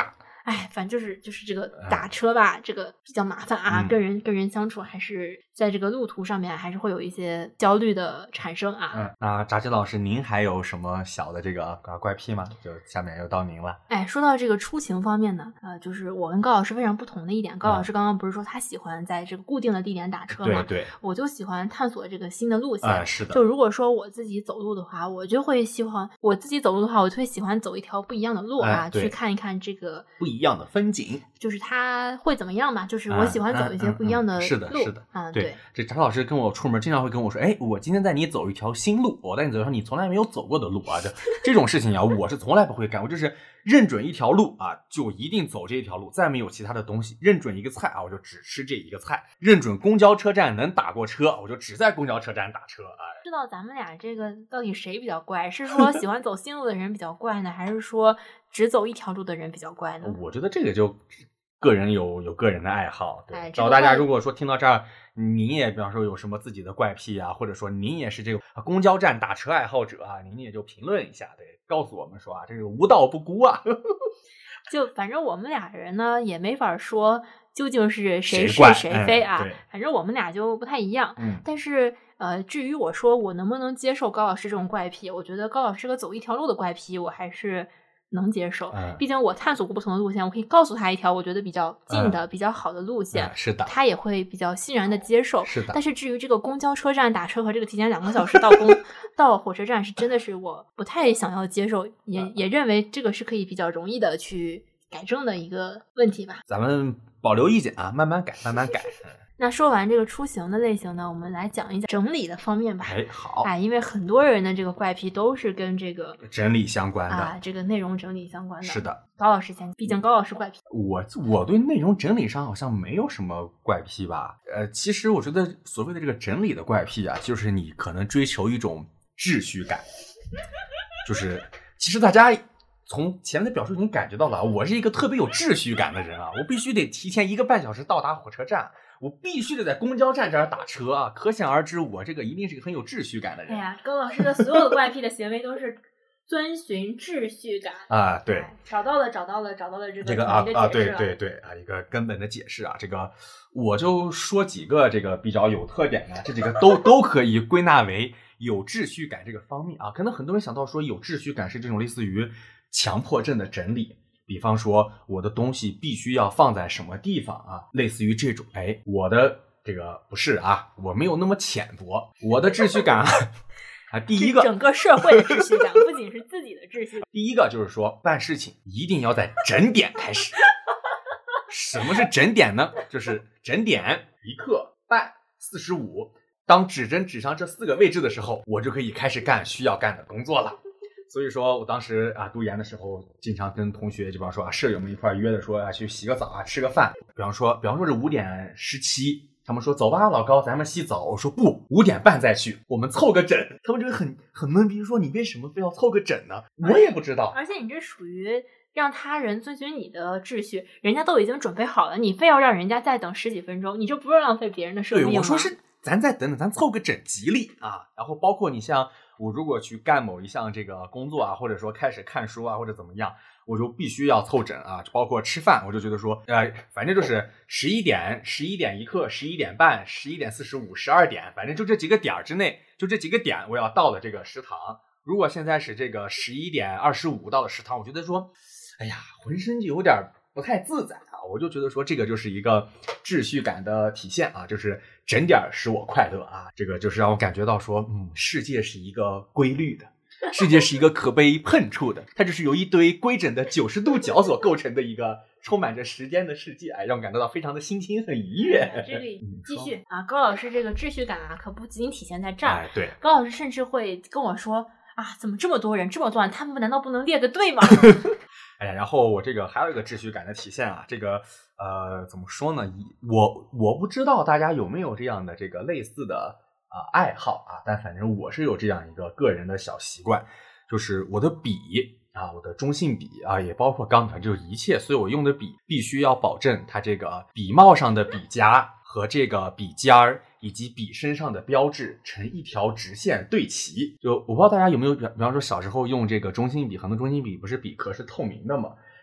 反正就是这个打车吧，这个比较麻烦啊，跟人相处还是在这个路途上面还是会有一些焦虑的产生啊。 那扎基老师，您还有什么小的这个怪癖吗？就下面又到您了。 说到这个出行方面呢，就是我跟高老师非常不同的一点。高老师刚刚不是说他喜欢在这个固定的地点打车吗？ 对， 我就喜欢探索这个新的路线。 是的。 就如果说我自己走路的话，我就会喜欢走一条不一样的路啊，去看一看这个不一样的风景， 就是它会怎么样嘛？就是我喜欢走一些不一样的路。 是的对。 这扎老师跟我出门经常会跟我说，我今天带你走一条新路，我带你走一条你从来没有走过的路啊，这种事情啊，我是从来不会干，我就是认准一条路啊，就一定走这一条路，再没有其他的东西。认准一个菜啊，我就只吃这一个菜。认准公交车站能打过车，我就只在公交车站打车啊。 知道咱们俩这个到底谁比较怪？是说喜欢走新路的人比较怪呢，还是说只走一条路的人比较怪呢？ 我觉得这个就个人有个人的爱好。对，找大家如果说听到这儿，您也比方说有什么自己的怪癖啊，或者说您也是这个公交站打车爱好者啊，您也就评论一下，对，告诉我们说啊，这个无道不孤啊。 就反正我们俩人呢，也没法说究竟是谁是谁非啊。反正我们俩就不太一样。但是至于我说我能不能接受高老师这种怪癖，我觉得高老师这个走一条路的怪癖，我还是能接受。毕竟我探索过不同的路线，我可以告诉他一条我觉得比较近的、比较好的路线。 是的， 他也会比较欣然的接受。 是的。 但是至于这个公交车站打车和这个提前2个小时到火车站，是真的是我不太想要接受，也认为这个是可以比较容易的去改正的一个问题吧。 咱们保留意见啊，慢慢改。 那说完这个出行的类型呢，我们来讲一讲整理的方面吧。 好。 因为很多人的这个怪癖都是跟这个整理相关的这个内容整理相关的。 是的。 高老师先，毕竟高老师怪癖。 我对内容整理上好像没有什么怪癖吧。其实我觉得所谓的这个整理的怪癖啊，就是你可能追求一种秩序感。就是其实大家从前面的表述已经感觉到了，我是一个特别有秩序感的人啊，我必须得提前1个半小时到达火车站，我必须得在公交站这儿打车啊，可想而知我这个一定是一个很有秩序感的人。 高老师的所有的怪癖的行为都是遵循秩序感啊。对， 找到了这个对一个根本的解释啊。这个我就说几个这个比较有特点的，这几个都可以归纳为有秩序感这个方面啊。可能很多人想到说有秩序感是这种类似于强迫症的整理，比方说我的东西必须要放在什么地方啊，类似于这种。我的这个不是啊，我没有那么浅薄，我的秩序感第一个整个社会的秩序感，不仅是自己的秩序。 第一个就是说办事情一定要在整点开始。什么是整点呢？就是整点1刻半45，当指针指上这4个位置的时候，我就可以开始干需要干的工作了。所以说我当时读研的时候，经常跟同学就比方说舍友们一块约的说去洗个澡吃个饭。比方说是5点17，他们说走吧老高咱们洗澡，我说不，5点半再去，我们凑个整。他们这个很懵逼，说你为什么非要凑个整呢？我也不知道。 而且你这属于让他人遵循你的秩序，人家都已经准备好了，你非要让人家再等10几分钟，你这不是浪费别人的生命吗？ 对，我说是咱再等等，咱凑个整吉利啊。然后包括你像我如果去干某一项这个工作啊，或者说开始看书啊，或者怎么样，我就必须要凑整啊。包括吃饭，我就觉得说反正就是11点1刻11点半11点45 12点，反正就这几个点之内，就这几个点我要到了这个食堂。如果现在是这个11点25到了食堂，我觉得说浑身就有点不太自在啊。我就觉得说这个就是一个秩序感的体现啊，就是整点使我快乐啊。这个就是让我感觉到说世界是一个规律的，世界是一个可被碰触的，它就是由一堆规整的90度角所构成的一个充满着时间的世界，让我感到非常的心情很愉悦。 这个继续高老师这个秩序感可不仅体现在这儿。 对， 高老师甚至会跟我说怎么这么多人这么乱，他们难道不能列个队吗？ 然后我这个还有一个秩序感的体现这个怎么说呢？我不知道大家有没有这样的这个类似的爱好但反正我是有这样一个个人的小习惯，就是我的笔我的中性笔也包括钢笔，就是一切所有用的笔必须要保证它这个笔帽上的笔夹和这个笔尖儿以及笔身上的标志成一条直线对齐。就我不知道大家有没有比方说小时候用这个中性笔，很多中性笔不是笔壳是透明的嘛，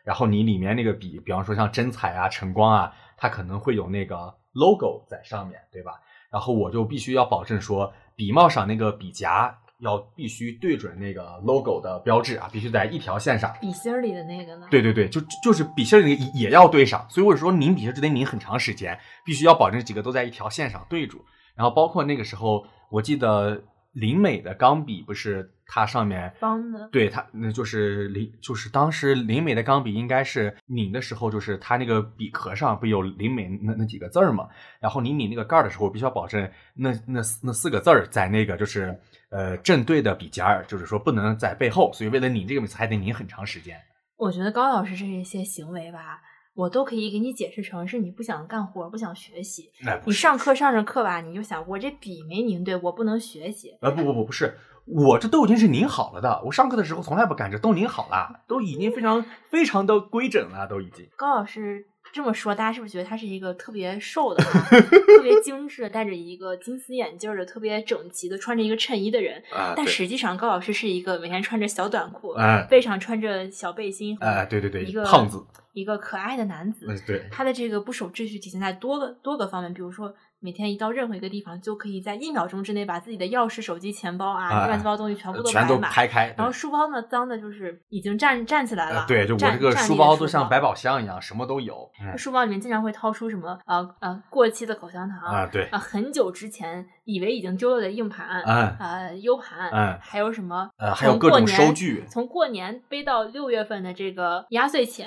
然后你里面那个笔，比方说像真彩啊、晨光啊，它可能会有那个 logo 在上面，对吧？然后我就必须要保证说，笔帽上那个笔夹要必须对准那个 logo 的标志啊，必须在一条线上。 笔芯里的那个呢？ 对对对，就是笔芯里也要对上，所以我说拧笔芯就得拧很长时间，必须要保证这几个都在一条线上对住。然后包括那个时候，我记得林美的钢笔不是它上面方的， 对它那就是当时林美的钢笔应该是拧的时候，就是它那个笔壳上不有林美那几个字嘛，然后你拧那个盖的时候，必须要保证那4个字在那个就是正对的笔尖，就是说不能在背后，所以为了拧这个名词还得拧很长时间。 我觉得高老师这些行为吧，我都可以给你解释成是你不想干活，不想学习。你上课上着课吧，你就想我这笔没拧对，我不能学习。 不是，我这都已经是拧好了的。我上课的时候从来不干这，都拧好了，都已经非常的规整了，都已经。 高老师这么说，大家是不是觉得他是一个特别瘦的、特别精致的，戴着一个金丝眼镜的、特别整齐的，穿着一个衬衣的人？但实际上，高老师是一个每天穿着小短裤、背上穿着小背心， 对， 一个胖子， 一个可爱的男子。 对， 他的这个不守秩序体现在多个方面，比如说每天一到任何一个地方，就可以在1秒钟之内把自己的钥匙、手机、钱包乱七八糟东西全部都摆满， 开。 然后书包呢，脏的就是已经站起来了。 对，就我这个书包都像百宝箱一样，什么都有。 书包里面经常会掏出什么过期的口香糖对很久之前以为已经丢了的硬盘U 盘还有什么还有各种收据， 从过年背到6月份的这个压岁钱。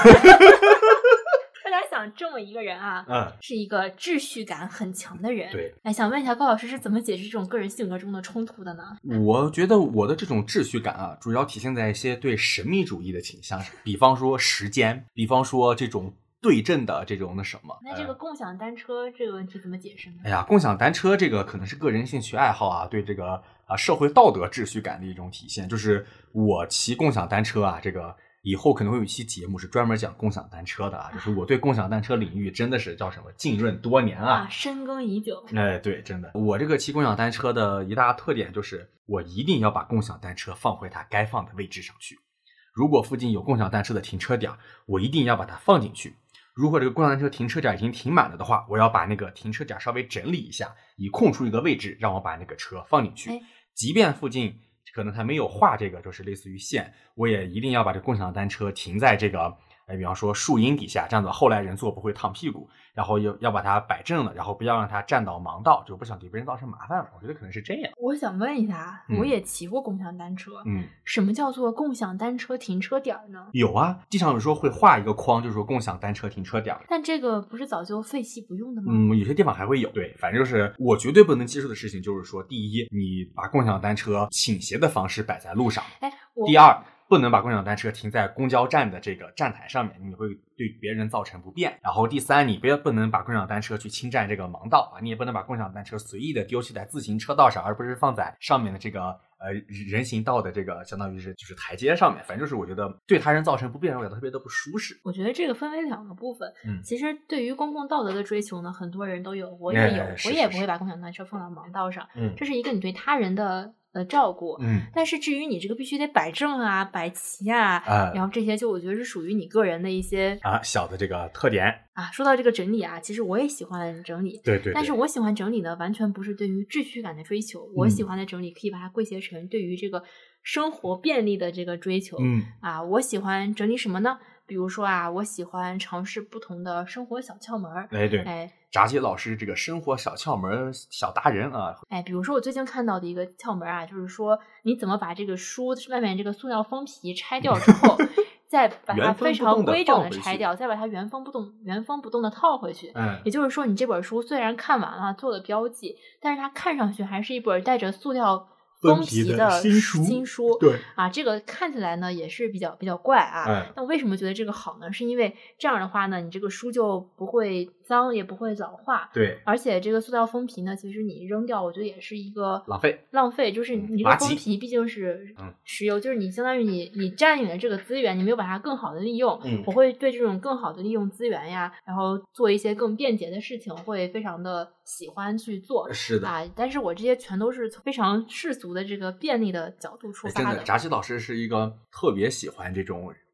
大家想，这么一个人是一个秩序感很强的人。 对， 想问一下高老师是怎么解释这种个人性格中的冲突的呢？ 我觉得我的这种秩序感主要体现在一些对神秘主义的倾向上，比方说时间，比方说这种对阵的这种那什么。 那这个共享单车这个问题怎么解释呢？ 哎呀，共享单车这个可能是个人兴趣爱好对这个社会道德秩序感的一种体现。就是我骑共享单车这个以后可能会有一期节目是专门讲共享单车的就是我对共享单车领域真的是叫什么浸润多年深耕已久。 对，真的，我这个骑共享单车的一大特点就是我一定要把共享单车放回它该放的位置上去。如果附近有共享单车的停车点，我一定要把它放进去。如果这个共享单车停车点已经停满了的话，我要把那个停车点稍微整理一下，以空出一个位置让我把那个车放进去。即便附近可能它没有画这个就是类似于线，我也一定要把这共享单车停在这个比方说树荫底下，这样子后来人坐不会烫屁股，然后要把它摆正了，然后不要让它占到盲道，就不想给别人造成麻烦了。我觉得可能是这样。 我想问一下，我也骑过共享单车，什么叫做共享单车停车点呢？ 有地上有时候会画一个框，就是说共享单车停车点。 但这个不是早就废弃不用的吗？ 有些地方还会有。对，反正就是我绝对不能接受的事情就是说，第一，你把共享单车倾斜的方式摆在路上；第二，不能把共享单车停在公交站的这个站台上面，你会对别人造成不便。然后第三，你不能把共享单车去侵占这个盲道你也不能把共享单车随意的丢弃在自行车道上，而不是放在上面的这个人行道的这个相当于是就是台阶上面。反正就是我觉得对他人造成不便，我觉得特别的不舒适。 我觉得这个分为2个部分。其实对于公共道德的追求呢，很多人都有，我也有，我也不会把共享单车放到盲道上。这是一个你对他人的照顾。但是至于你这个必须得摆正摆齐然后这些就我觉得是属于你个人的一些小的这个特点说到这个整理其实我也喜欢整理。 对， 但是我喜欢整理呢，完全不是对于秩序感的追求。我喜欢的整理可以把它归结成对于这个生活便利的这个追求。我喜欢整理什么呢？比如说我喜欢尝试不同的生活小窍门。 对，炸鸡老师这个生活小窍门小达人比如说我最近看到的一个窍门就是说你怎么把这个书外面这个塑料封皮拆掉之后再把它非常规整的拆掉，再把它原封不动的套回去。也就是说你这本书虽然看完了做了标记，但是它看上去还是一本带着塑料封皮的新书。 对这个看起来呢也是比较怪那我为什么觉得这个好呢？是因为这样的话呢，你这个书就不会脏，也不会老化。 对， 而且这个塑料封皮呢，其实你扔掉，我觉得也是一个浪费， 就是你这个封皮毕竟是石油，就是你相当于你占领了这个资源，你没有把它更好的利用。我会对这种更好的利用资源然后做一些更便捷的事情，会非常的喜欢去做。 是的但是我这些全都是非常世俗的这个便利的角度出发的。 真的，炸鸡老师是一个特别喜欢这种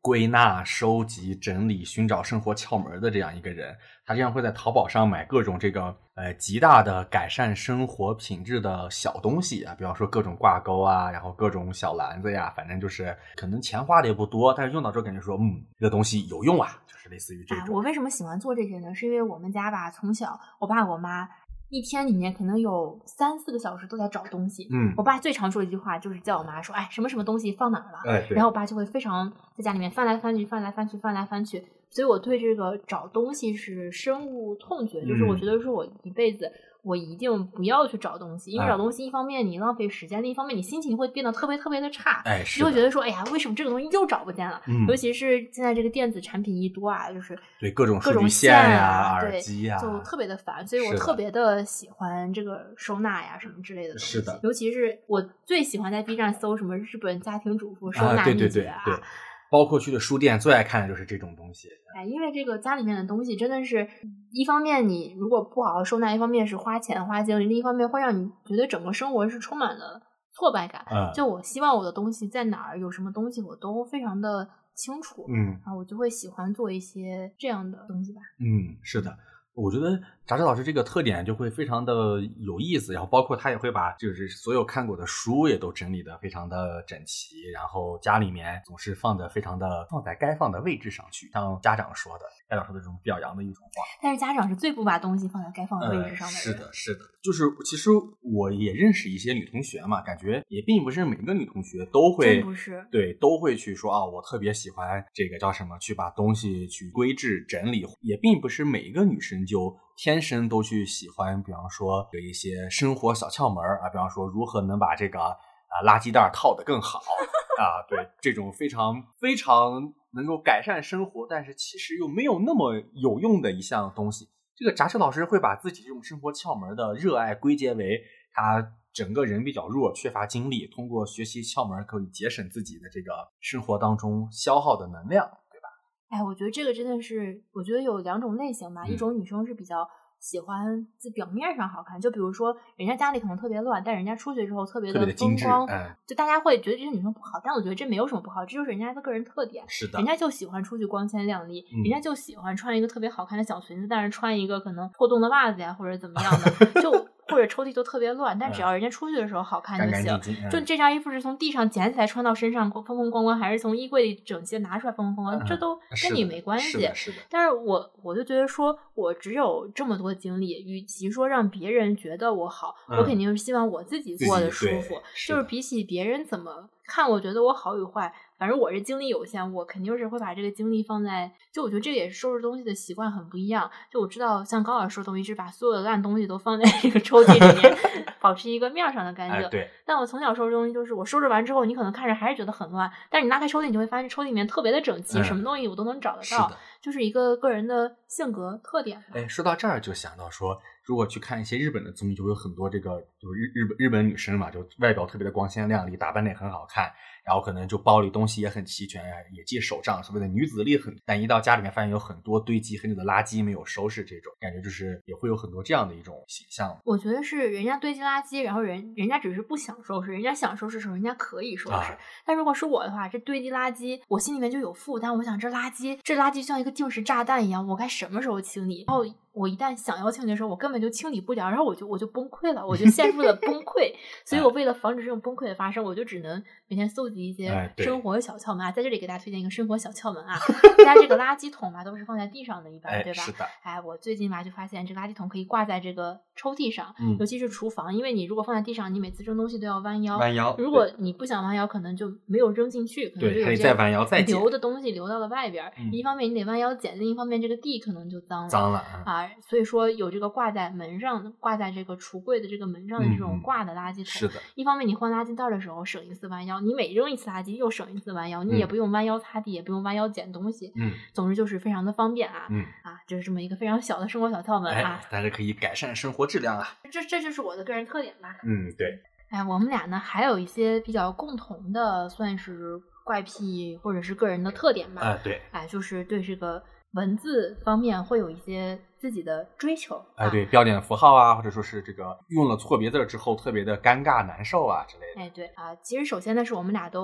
归纳、收集、整理、寻找生活窍门的这样一个人。他这样会在淘宝上买各种这个极大的改善生活品质的小东西啊，比方说各种挂钩啊，然后各种小篮子呀，反正就是可能钱花的也不多，但是用到之后感觉说这个东西有用啊，就是类似于这种。 我为什么喜欢做这些呢？是因为我们家吧，从小我爸我妈一天里面可能有3-4个小时都在找东西。我爸最常说的一句话就是叫我妈说，什么什么东西放哪儿了？然后我爸就会非常在家里面翻来翻去，翻来翻去，翻来翻去。所以我对这个找东西是深恶痛绝，就是我觉得说我一辈子我一定不要去找东西，因为找东西一方面你浪费时间，另一方面你心情会变得特别特别的差，就会觉得说为什么这个东西又找不见了？尤其是现在这个电子产品一多啊，就是对各种数据线呀、耳机呀， 就特别的烦，所以我特别的喜欢这个收纳呀什么之类的东西。 是的， 尤其是我最喜欢在 B 站搜什么日本家庭主妇收纳秘诀啊。 对，包括去的书店最爱看的就是这种东西。 因为这个家里面的东西真的是一方面你如果不好好收纳，一方面是花钱花精力，另一方面会让你觉得整个生活是充满了挫败感。就我希望我的东西在哪儿，有什么东西我都非常的清楚。我就会喜欢做一些这样的东西吧。 是的，我觉得杂志老师这个特点就会非常的有意思，然后包括他也会把就是所有看过的书也都整理的非常的整齐，然后家里面总是放在该放的位置上去，像家长说的这种表扬的一种话。 但是家长是最不把东西放在该放的位置上的人。 是的，就是其实我也认识一些女同学嘛，感觉也并不是每个女同学都会， 真不是， 对，都会去说我特别喜欢这个叫什么，去把东西去规制整理，也并不是每一个女生就天生都去喜欢，比方说有一些生活小窍门啊，比方说如何能把这个垃圾袋套得更好对，这种非常非常能够改善生活，但是其实又没有那么有用的一项东西。这个杂志老师会把自己这种生活窍门的热爱归结为他整个人比较弱，缺乏精力，通过学习窍门可以节省自己的这个生活当中消耗的能量，对吧？ 我觉得这个真的是，我觉得有2种类型吧。一种女生是比较喜欢在表面上好看，就比如说人家家里可能特别乱，但人家出去之后特别的风光，就大家会觉得这些女生不好，但我觉得这没有什么不好，这就是人家的个人特点。 是的， 人家就喜欢出去光鲜亮丽，人家就喜欢穿一个特别好看的小裙子，但是穿一个可能破洞的袜子呀，或者怎么样的，就或者抽屉都特别乱，但只要人家出去的时候好看就行。 干净就这件衣服是从地上捡起来穿到身上风风光光，还是从衣柜里整齐拿出来风风光光，这都跟你没关系。 是的。 但是我就觉得说，我只有这么多精力，与其说让别人觉得我好，我肯定是希望我自己过得舒服。就是比起别人怎么看我觉得我好与坏，反正我是精力有限，我肯定是会把这个精力放在，就我觉得这也是收拾东西的习惯很不一样。就我知道像高老师都一直把所有的烂东西都放在这个抽屉里面保持一个面上的干净。 对。 但我从小收拾东西就是我收拾完之后，你可能看着还是觉得很乱，但是你拉开抽屉你就会发现抽屉里面特别的整齐，什么东西我都能找得到，就是一个个人的性格特点。 说到这儿就想到说，如果去看一些日本的综艺，就会有很多这个就是日本女生嘛，就外表特别的光鲜亮丽，打扮得也很好看，然后可能就包里东西也很齐全，也记手账，所谓的女子力很，但一到家里面发现有很多堆积很久的垃圾没有收拾，这种感觉就是也会有很多这样的一种形象。 我觉得是人家堆积垃圾，然后人家只是不想收拾，人家想收拾的时候人家可以收拾，但如果是我的话，这堆积垃圾我心里面就有负担，我想这垃圾像一个定时炸弹一样，我该什么时候清理？然后我一旦想要清理的时候，我根本就清理不了，然后我就崩溃了，我就陷入了崩溃。所以我为了防止这种崩溃的发生，我就只能每天搜集一些生活小窍门在这里给大家推荐一个生活小窍门大家这个垃圾桶都是放在地上的，一般对吧？ 是的。 我最近就发现这个垃圾桶可以挂在这个抽屉上，尤其是厨房，因为你如果放在地上，你每次扔东西都要弯腰。如果你不想弯腰，可能就没有扔进去，可能就有些留的东西流到了外边。一方面你得弯腰捡，另一方面这个地可能就脏了所以说有这个挂在门上，挂在这个橱柜的这个门上的这种挂的垃圾桶。 是的。 一方面你换垃圾袋的时候省一次弯腰，你每扔一次垃圾又省一次弯腰，你也不用弯腰擦地，也不用弯腰捡东西。总之就是非常的方便就是这么一个非常小的生活小窍门但是可以改善生活质量这就是我的个人特点吧。 对。 我们俩呢还有一些比较共同的，算是怪癖或者是个人的特点吧。 对。 就是对这个文字方面会有一些自己的追求。 对，标点符号或者说是这个用了错别字之后特别的尴尬难受之类的。 对其实首先呢是我们俩都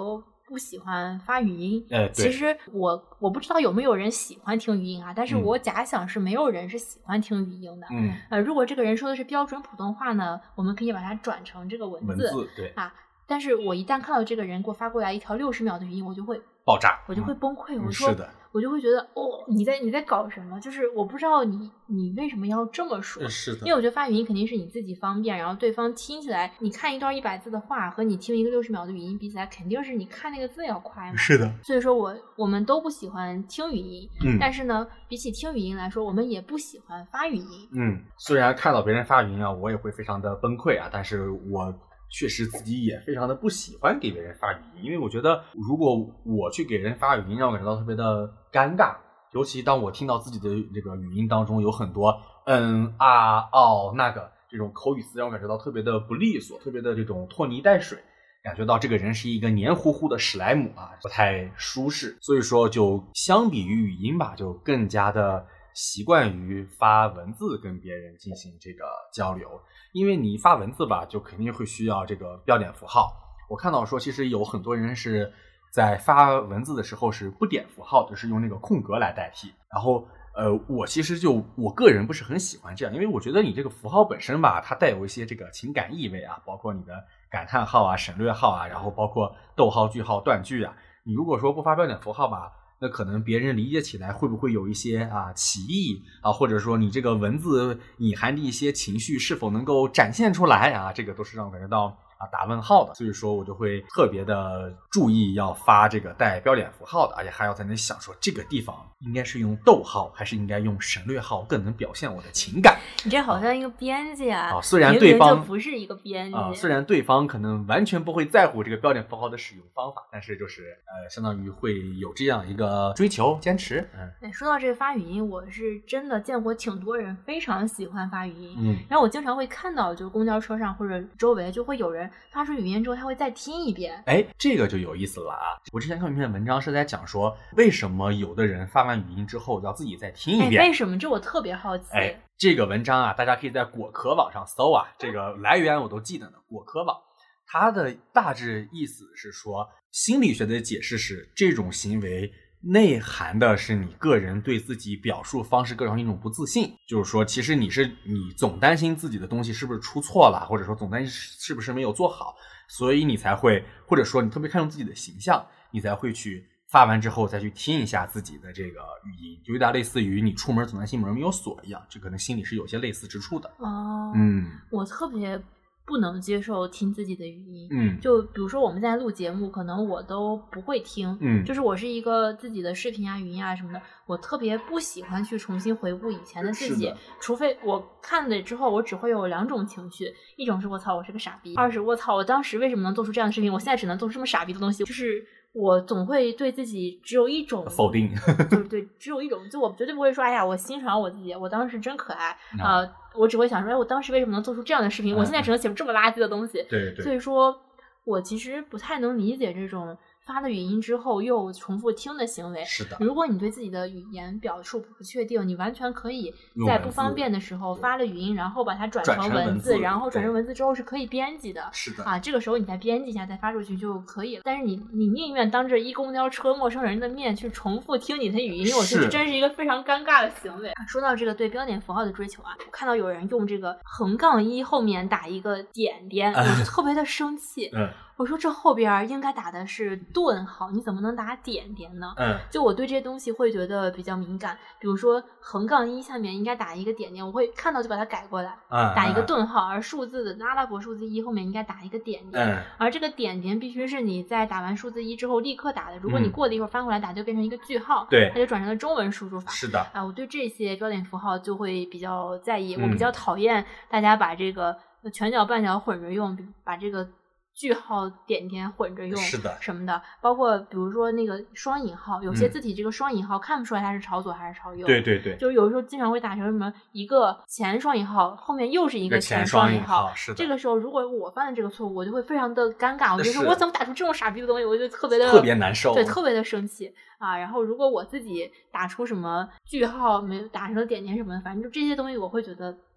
不喜欢发语音。 其实我不知道有没有人喜欢听语音啊，但是我假想是没有人是喜欢听语音的。如果这个人说的是标准普通话呢，我们可以把它转成这个文字， 对啊。但是我一旦看到这个人给我发过来一条60秒的语音，我就会爆炸， 我就会崩溃。我说， 我就会觉得你在搞什么？就是我不知道你为什么要这么说。 是的， 因为我觉得发语音肯定是你自己方便，然后对方听起来，你看一段100字的话和你听一个60秒的语音比起来，肯定是你看那个字要快嘛。 是的。 所以说我们都不喜欢听语音，但是呢，比起听语音来说，我们也不喜欢发语音。 虽然看到别人发语音啊，我也会非常的崩溃啊，但是我确实自己也非常的不喜欢给别人发语音，因为我觉得如果我去给人发语音，让我感觉到特别的尴尬，尤其当我听到自己的这个语音当中有很多那个这种口语词，让我感觉到特别的不利索，特别的这种拖泥带水，感觉到这个人是一个黏糊糊的史莱姆啊，不太舒适。所以说就相比于语音吧，就更加的习惯于发文字跟别人进行这个交流。因为你发文字吧，就肯定会需要这个标点符号。我看到说其实有很多人是在发文字的时候是不点符号的，是用那个空格来代替。然后我其实我个人不是很喜欢这样，因为我觉得你这个符号本身吧，它带有一些这个情感意味啊，包括你的感叹号啊、省略号啊，然后包括逗号、句号、断句啊。你如果说不发标点符号吧，那可能别人理解起来会不会有一些歧义啊，或者说你这个文字隐含的一些情绪是否能够展现出来啊，这个都是让我感觉到打问号的。所以说我就会特别的注意要发这个带标点符号的，而且还要在那想说这个地方应该是用逗号还是应该用省略号更能表现我的情感。 你这好像一个编辑啊， 虽然对方明明就不是一个编辑虽然对方可能完全不会在乎这个标点符号的使用方法，但是就是相当于会有这样一个追求坚持。 说到这个发语音，我是真的见过挺多人非常喜欢发语音。然后我经常会看到就是公交车上或者周围就会有人发出语音之后他会再听一遍。 这个就有意思了啊。我之前看一篇文章是在讲说为什么有的人发完语音之后要自己再听一遍。 为什么？这我特别好奇。 这个文章啊，大家可以在果壳网上搜啊，这个来源我都记得呢。果壳网它的大致意思是说，心理学的解释是这种行为内涵的是你个人对自己表述方式各种一种不自信，就是说其实你总担心自己的东西是不是出错了，或者说总担心是不是没有做好，所以你才会，或者说你特别看重自己的形象，你才会去发完之后再去听一下自己的这个语音，就有点类似于你出门总担心门没有锁一样，这可能心里是有些类似之处的。 我特别不能接受听自己的语音。就比如说我们在录节目，可能我都不会听。就是我是一个自己的视频啊、语音啊什么的，我特别不喜欢去重新回顾以前的自己，除非我看了之后，我只会有2种情绪，一种是我操我是个傻逼，二是我操我当时为什么能做出这样的视频，我现在只能做出这么傻逼的东西。就是我总会对自己只有一种否定， 就是对，只有一种，就我绝对不会说，哎呀，我欣赏我自己，我当时真可爱我只会想说，哎，我当时为什么能做出这样的视频？我现在只能写出这么垃圾的东西。 对。 所以说，我其实不太能理解这种发了语音之后又重复听的行为。 是的。 如果你对自己的语言表述不确定，你完全可以在不方便的时候发了语音，然后把它转成文字，然后转成文字之后是可以编辑的。 是的。 这个时候你再编辑一下，再发出去就可以了。但是你宁愿当着一公交车陌生人的面去重复听你的语音，我觉得这真是一个非常尴尬的行为。说到这个对标点符号的追求啊，我看到有人用这个横杠1后面打一个点点，我就特别的生气。我说这后边应该打的是顿号，你怎么能打点点呢？就我对这些东西会觉得比较敏感。比如说横杠1下面应该打一个点点，我会看到就把它改过来，打一个顿号，而数字的阿拉伯数字1后面应该打一个点点，而这个点点必须是你在打完数字1之后立刻打的，如果你过了一会儿翻过来打，就变成一个句号， 对， 它就转成了中文输入法。 是的。 我对这些标点符号就会比较在意，我比较讨厌大家把这个全角半角混着用，把这个句号点点混着用， 是的， 什么的，包括比如说那个双引号，有些字体这个双引号看不出来它是朝左还是朝右。 对， 就有时候经常会打成什么一个前双引号后面又是一个前双引号。 是的。 这个时候如果我犯了这个错误，我就会非常的尴尬，我就说我怎么打出这种傻逼的东西，我就特别难受， 对，特别的生气然后如果我自己打出什么句号没有打成了点点什么的，反正就这些东西我会觉得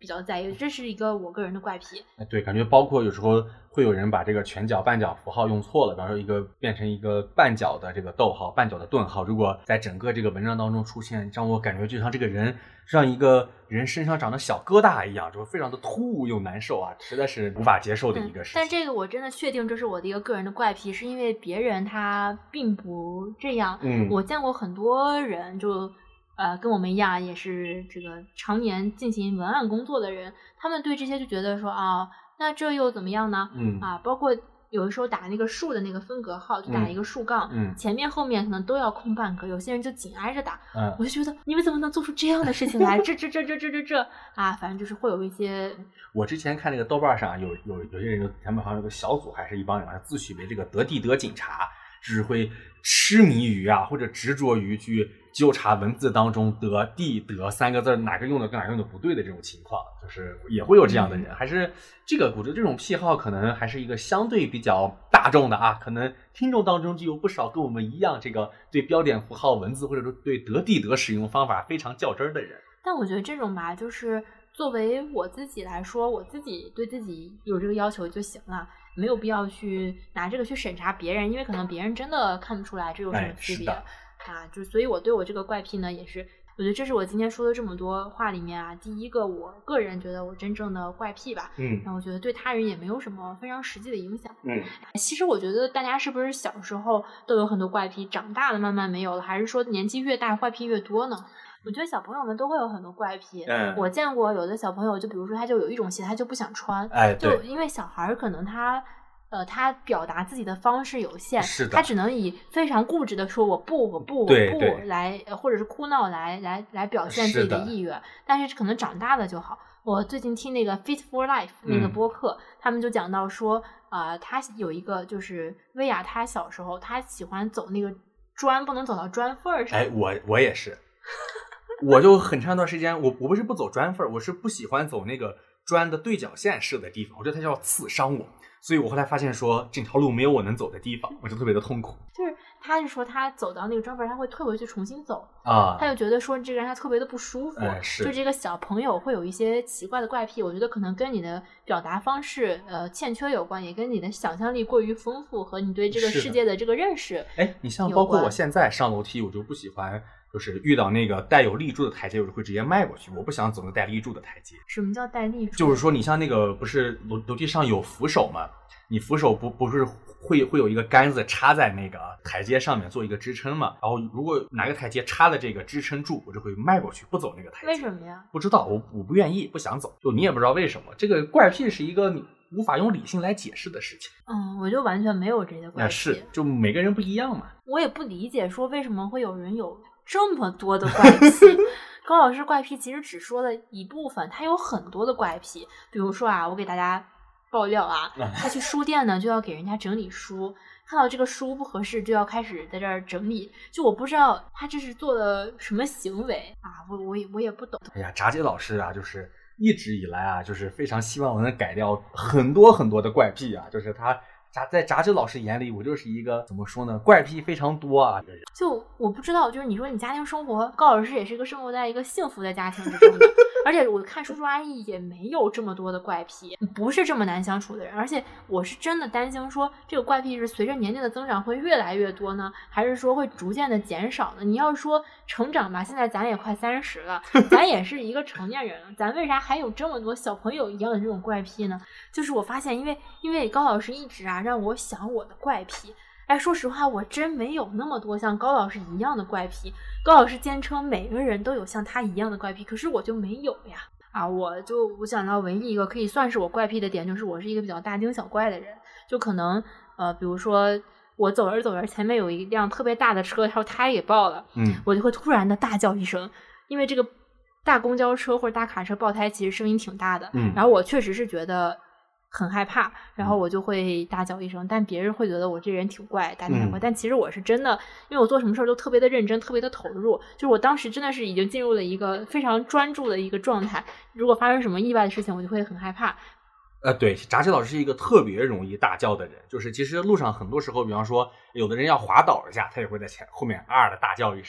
比较在意，这是一个我个人的怪癖。 对，感觉包括有时候会有人把这个全角半角符号用错了，比方说一个变成一个半角的这个逗号，半角的顿号，如果在整个这个文章当中出现，让我感觉就像这个人让一个人身上长的小疙瘩一样，就非常的突兀又难受啊，实在是无法接受的一个事情。 但这个我真的确定这是我的一个个人的怪癖，是因为别人他并不这样。我见过很多人就跟我们一样也是这个常年进行文案工作的人，他们对这些就觉得说啊，那这又怎么样呢？包括有的时候打那个竖的那个分隔号，就打一个竖杠，前面后面可能都要空半格，有些人就紧挨着打，我就觉得你们怎么能做出这样的事情来？这啊，反正就是会有一些。 我之前看那个豆瓣上有些人，他们好像有个小组还是一帮人，自诩为这个德地德警察，就是会痴迷于啊或者执着于去纠察文字当中德地德三个字哪个用的跟哪个用的不对的这种情况，就是也会有这样的人。还是这个我觉得这种癖好可能还是一个相对比较大众的啊，可能听众当中就有不少跟我们一样这个对标点符号文字或者说对德地德使用方法非常较真的人。 但我觉得这种吧，就是作为我自己来说，我自己对自己有这个要求就行了，没有必要去拿这个去审查别人，因为可能别人真的看不出来这有什么区别就所以我对我这个怪癖呢，也是我觉得这是我今天说的这么多话里面啊，第一个我个人觉得我真正的怪癖吧。然后我觉得对他人也没有什么非常实际的影响。其实我觉得大家是不是小时候都有很多怪癖，长大了慢慢没有了，还是说年纪越大怪癖越多呢？我觉得小朋友们都会有很多怪癖。我见过有的小朋友，就比如说他就有一种鞋他就不想穿，就因为小孩可能他表达自己的方式有限，他只能以非常固执的说我不来，或者是哭闹来表现自己的意愿，但是可能长大了就好。我最近听那个 Fit for Life 那个播客，他们就讲到说他有一个就是薇娅，他小时候他喜欢走那个砖，不能走到砖缝上。 我也是。我就很长一段时间，我不是不走砖缝，我是不喜欢走那个砖的对角线设的地方，我觉得它要刺伤我，所以我后来发现说这条路没有我能走的地方，我就特别的痛苦。 就是他是说他走到那个砖缝，他会退回去重新走他就觉得说这个让他特别的不舒服。就这个小朋友会有一些奇怪的怪癖，我觉得可能跟你的表达方式欠缺有关，也跟你的想象力过于丰富和你对这个世界的这个认识。 你像包括我现在上楼梯，我就不喜欢。就是遇到那个带有立柱的台阶，我就会直接迈过去，我不想走那带立柱的台阶。 什么叫带立柱？ 就是说你像那个不是楼梯上有扶手吗？你扶手不是会有一个杆子插在那个台阶上面做一个支撑嘛？然后如果哪个台阶插了这个支撑柱，我就会迈过去，不走那个台阶。 为什么呀？ 不知道，我不愿意，不想走。就你也不知道为什么，这个怪癖是一个你无法用理性来解释的事情。 我就完全没有这些怪癖。 是，就每个人不一样嘛。 我也不理解说为什么会有人有这么多的怪癖。高老师怪癖其实只说了一部分，他有很多的怪癖。比如说我给大家爆料他去书店呢就要给人家整理书，看到这个书不合适就要开始在这儿整理，就我不知道他这是做了什么行为我也不懂。 炸鸡老师就是一直以来就是非常希望我能改掉很多很多的怪癖就是他在炸鸡老师眼里，我就是一个怎么说呢，怪癖非常多一个人。 就我不知道，就是你说你家庭生活，高老师也是一个生活在一个幸福的家庭之中的，而且我看叔叔阿姨也没有这么多的怪癖，不是这么难相处的人。而且我是真的担心说，这个怪癖是随着年纪的增长会越来越多呢，还是说会逐渐的减少呢？你要说成长吧，现在咱也快30了，咱也是一个成年人了，咱为啥还有这么多小朋友一样的这种怪癖呢？就是我发现，因为高老师一直让我想我的怪癖。说实话，我真没有那么多像高老师一样的怪癖。高老师坚称每个人都有像他一样的怪癖，可是我就没有呀。我想到唯一一个可以算是我怪癖的点，就是我是一个比较大惊小怪的人。就可能比如说我走着前面有一辆特别大的车，然后胎给爆了，我就会突然的大叫一声，因为这个大公交车或者大卡车爆胎其实声音挺大的，然后我确实是觉得很害怕，然后我就会大叫一声，但别人会觉得我这人挺怪，大惊小怪，但其实我是真的，因为我做什么事都特别的认真，特别的投入，就是我当时真的是已经进入了一个非常专注的一个状态，如果发生什么意外的事情，我就会很害怕。 对，炸鸡老师是一个特别容易大叫的人，就是其实路上很多时候，比方说有的人要滑倒一下，他也会在后面的大叫一声。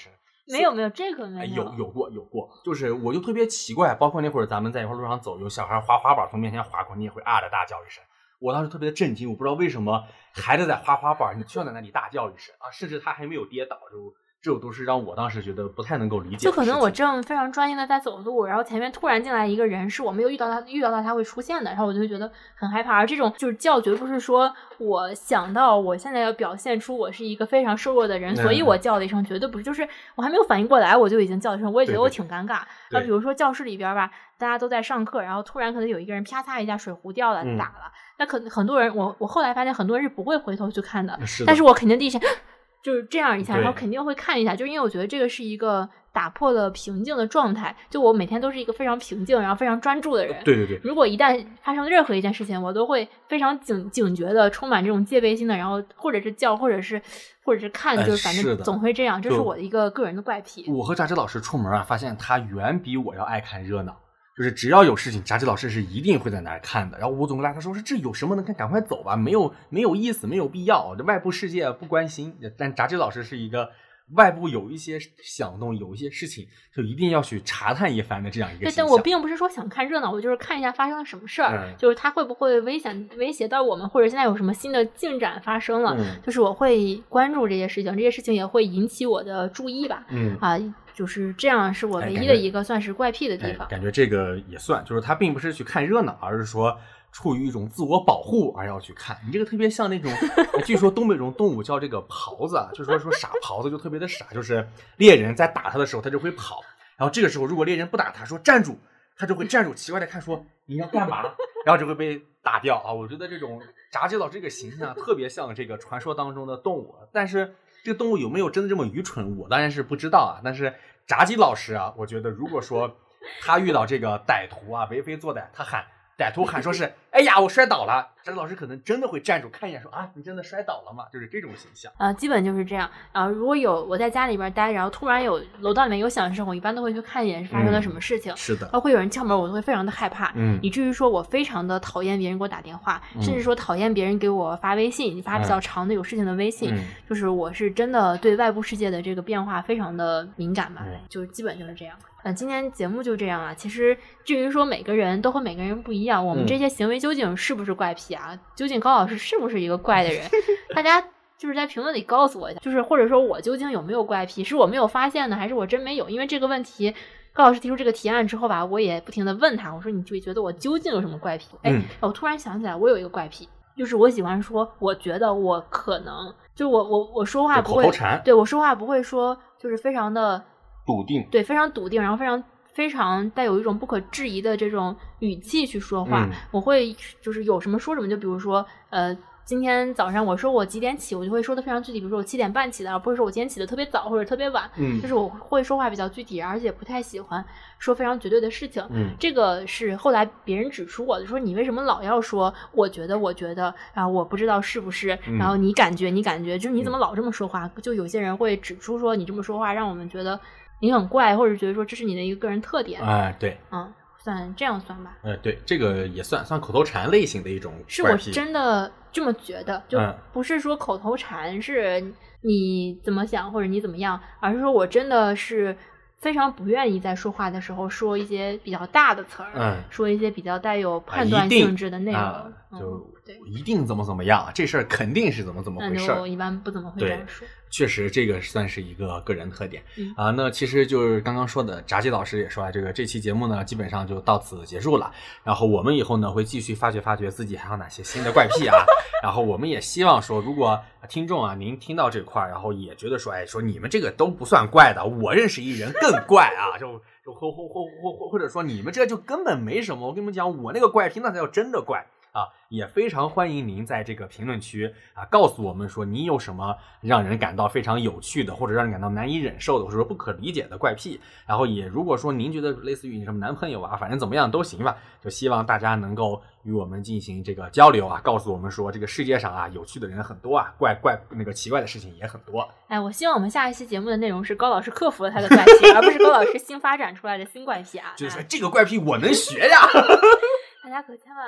没有，这个没有。有过，就是我就特别奇怪，包括那会儿咱们在一块路上走，有小孩滑滑板从面前滑过，你也会啊的大叫一声。我当时特别的震惊，我不知道为什么孩子在滑滑板，你就要在那里大叫一声啊，甚至他还没有跌倒，这种都是让我当时觉得不太能够理解的事情。 就可能我正非常专心的在走路，然后前面突然进来一个人，是我没有预料到他会出现的，然后我就会觉得很害怕。而这种就是叫，绝不是说我想到我现在要表现出我是一个非常瘦弱的人，所以我叫了一声，绝对不是，就是我还没有反应过来，我就已经叫了一声，我也觉得我挺尴尬。那比如说教室里边吧，大家都在上课，然后突然可能有一个人啪嚓一下水壶掉了，打了，那可能很多人，我后来发现很多人是不会回头去看的，但是我肯定第一时间就是这样一下，然后肯定会看一下，就是因为我觉得这个是一个打破了平静的状态。就我每天都是一个非常平静，然后非常专注的人。 对。 如果一旦发生任何一件事情，我都会非常警觉的，充满这种戒备心的，然后或者是叫，或者是看，就是反正总会这样。这是我的一个个人的怪癖。 我和扎芝老师出门啊，发现他远比我要爱看热闹。就是只要有事情，扎芝老师是一定会在那儿看的。然后我总跟他说这有什么能看，赶快走吧，没有意思，没有必要，这外部世界不关心。但扎芝老师是一个外部有一些响动，有一些事情就一定要去查探一番的这样一个形象。 但我并不是说想看热闹，我就是看一下发生了什么事儿，就是他会不会威胁到我们，或者现在有什么新的进展发生了，就是我会关注这些事情，这些事情也会引起我的注意吧。就是这样，是我唯一的一个算是怪癖的地方。 感觉这个也算，就是他并不是去看热闹，而是说出于一种自我保护而要去看。你这个特别像那种，据说东北这种动物叫这个狍子，就是说傻狍子就特别的傻，就是猎人在打他的时候，他就会跑，然后这个时候如果猎人不打他，说站住，他就会站住，奇怪的看说你要干嘛，然后就会被打掉啊。我觉得这种炸鸡佬这个形象特别像这个传说当中的动物，但是这个动物有没有真的这么愚蠢，我当然是不知道啊。但是炸鸡老师啊，我觉得如果说他遇到这个歹徒啊，为非作歹，他歹徒喊说是哎呀我摔倒了，炸鸡老师可能真的会站住看一眼说啊你真的摔倒了吗？就是这种形象基本就是这样。如果有我在家里边待，然后突然有楼道里面有响声，我一般都会去看一眼是发生了什么事情。 是的， 包括有人敲门，我都会非常的害怕，以至于说我非常的讨厌别人给我打电话，甚至说讨厌别人给我发微信，发比较长的有事情的微信，就是我是真的对外部世界的这个变化非常的敏感吧，就是基本就是这样。今天节目就这样啊。其实至于说每个人都和每个人不一样，我们这些行为究竟是不是怪癖啊？究竟高老师是不是一个怪的人？大家就是在评论里告诉我一下，就是或者说我究竟有没有怪癖，是我没有发现的，还是我真没有？因为这个问题高老师提出这个提案之后吧，我也不停的问他，我说你觉得我究竟有什么怪癖？我突然想起来我有一个怪癖，就是我喜欢说我觉得我可能，就我说话不会， 口头禅， 对，我说话不会说就是非常的笃定， 对，非常笃定，然后非常带有一种不可质疑的这种语气去说话。我会就是有什么说什么，就比如说今天早上我说我几点起，我就会说的非常具体，比如说我7点半起的，而不是说我今天起的特别早或者特别晚。就是我会说话比较具体，而且不太喜欢说非常绝对的事情。这个是后来别人指出我的，说你为什么老要说我觉得，然后我不知道是不是，然后你感觉，就是你怎么老这么说话？就有些人会指出说你这么说话让我们觉得你很怪，或者觉得说这是你的一个个人特点。 对， 这样算吧。 对，这个也算口头禅类型的一种怪癖。 是我真的这么觉得，就不是说口头禅是你怎么想或者你怎么样，而是说我真的是非常不愿意在说话的时候说一些比较大的词儿，说一些比较带有判断性质的内容， 就一定怎么样，这事儿肯定是怎么回事。 我一般不怎么会这样说。 确实这个算是一个个人特点那其实就是刚刚说的炸鸡老师也说这期节目呢基本上就到此结束了，然后我们以后呢会继续发掘自己还有哪些新的怪癖啊然后我们也希望说如果听众啊您听到这块然后也觉得说说你们这个都不算怪的，我认识一人更怪啊就或者说你们这就根本没什么，我跟你们讲我那个怪癖那才叫真的怪也非常欢迎您在这个评论区告诉我们说你有什么让人感到非常有趣的，或者让人感到难以忍受的，或者说不可理解的怪癖。然后也如果说您觉得类似于你什么男朋友反正怎么样都行吧，就希望大家能够与我们进行这个交流告诉我们说这个世界上有趣的人很多怪那个奇怪的事情也很多。 我希望我们下一期节目的内容是高老师克服了他的怪癖而不是高老师新发展出来的新怪癖就是说这个怪癖我能学呀大家可千万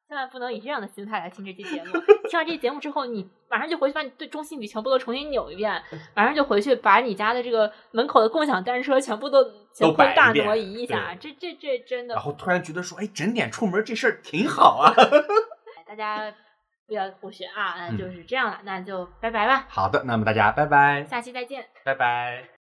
千万不能以这样的心态来听这期节目。听完这期节目之后，你马上就回去把你对中性笔全部都重新扭一遍，马上就回去把你家的这个门口的共享单车全部都大挪移一下。这真的。 然后突然觉得说，哎，整点出门这事儿挺好啊。 大家不要胡学啊，就是这样了，那就拜拜吧。 好的，那么大家拜拜， 下期再见， 拜拜。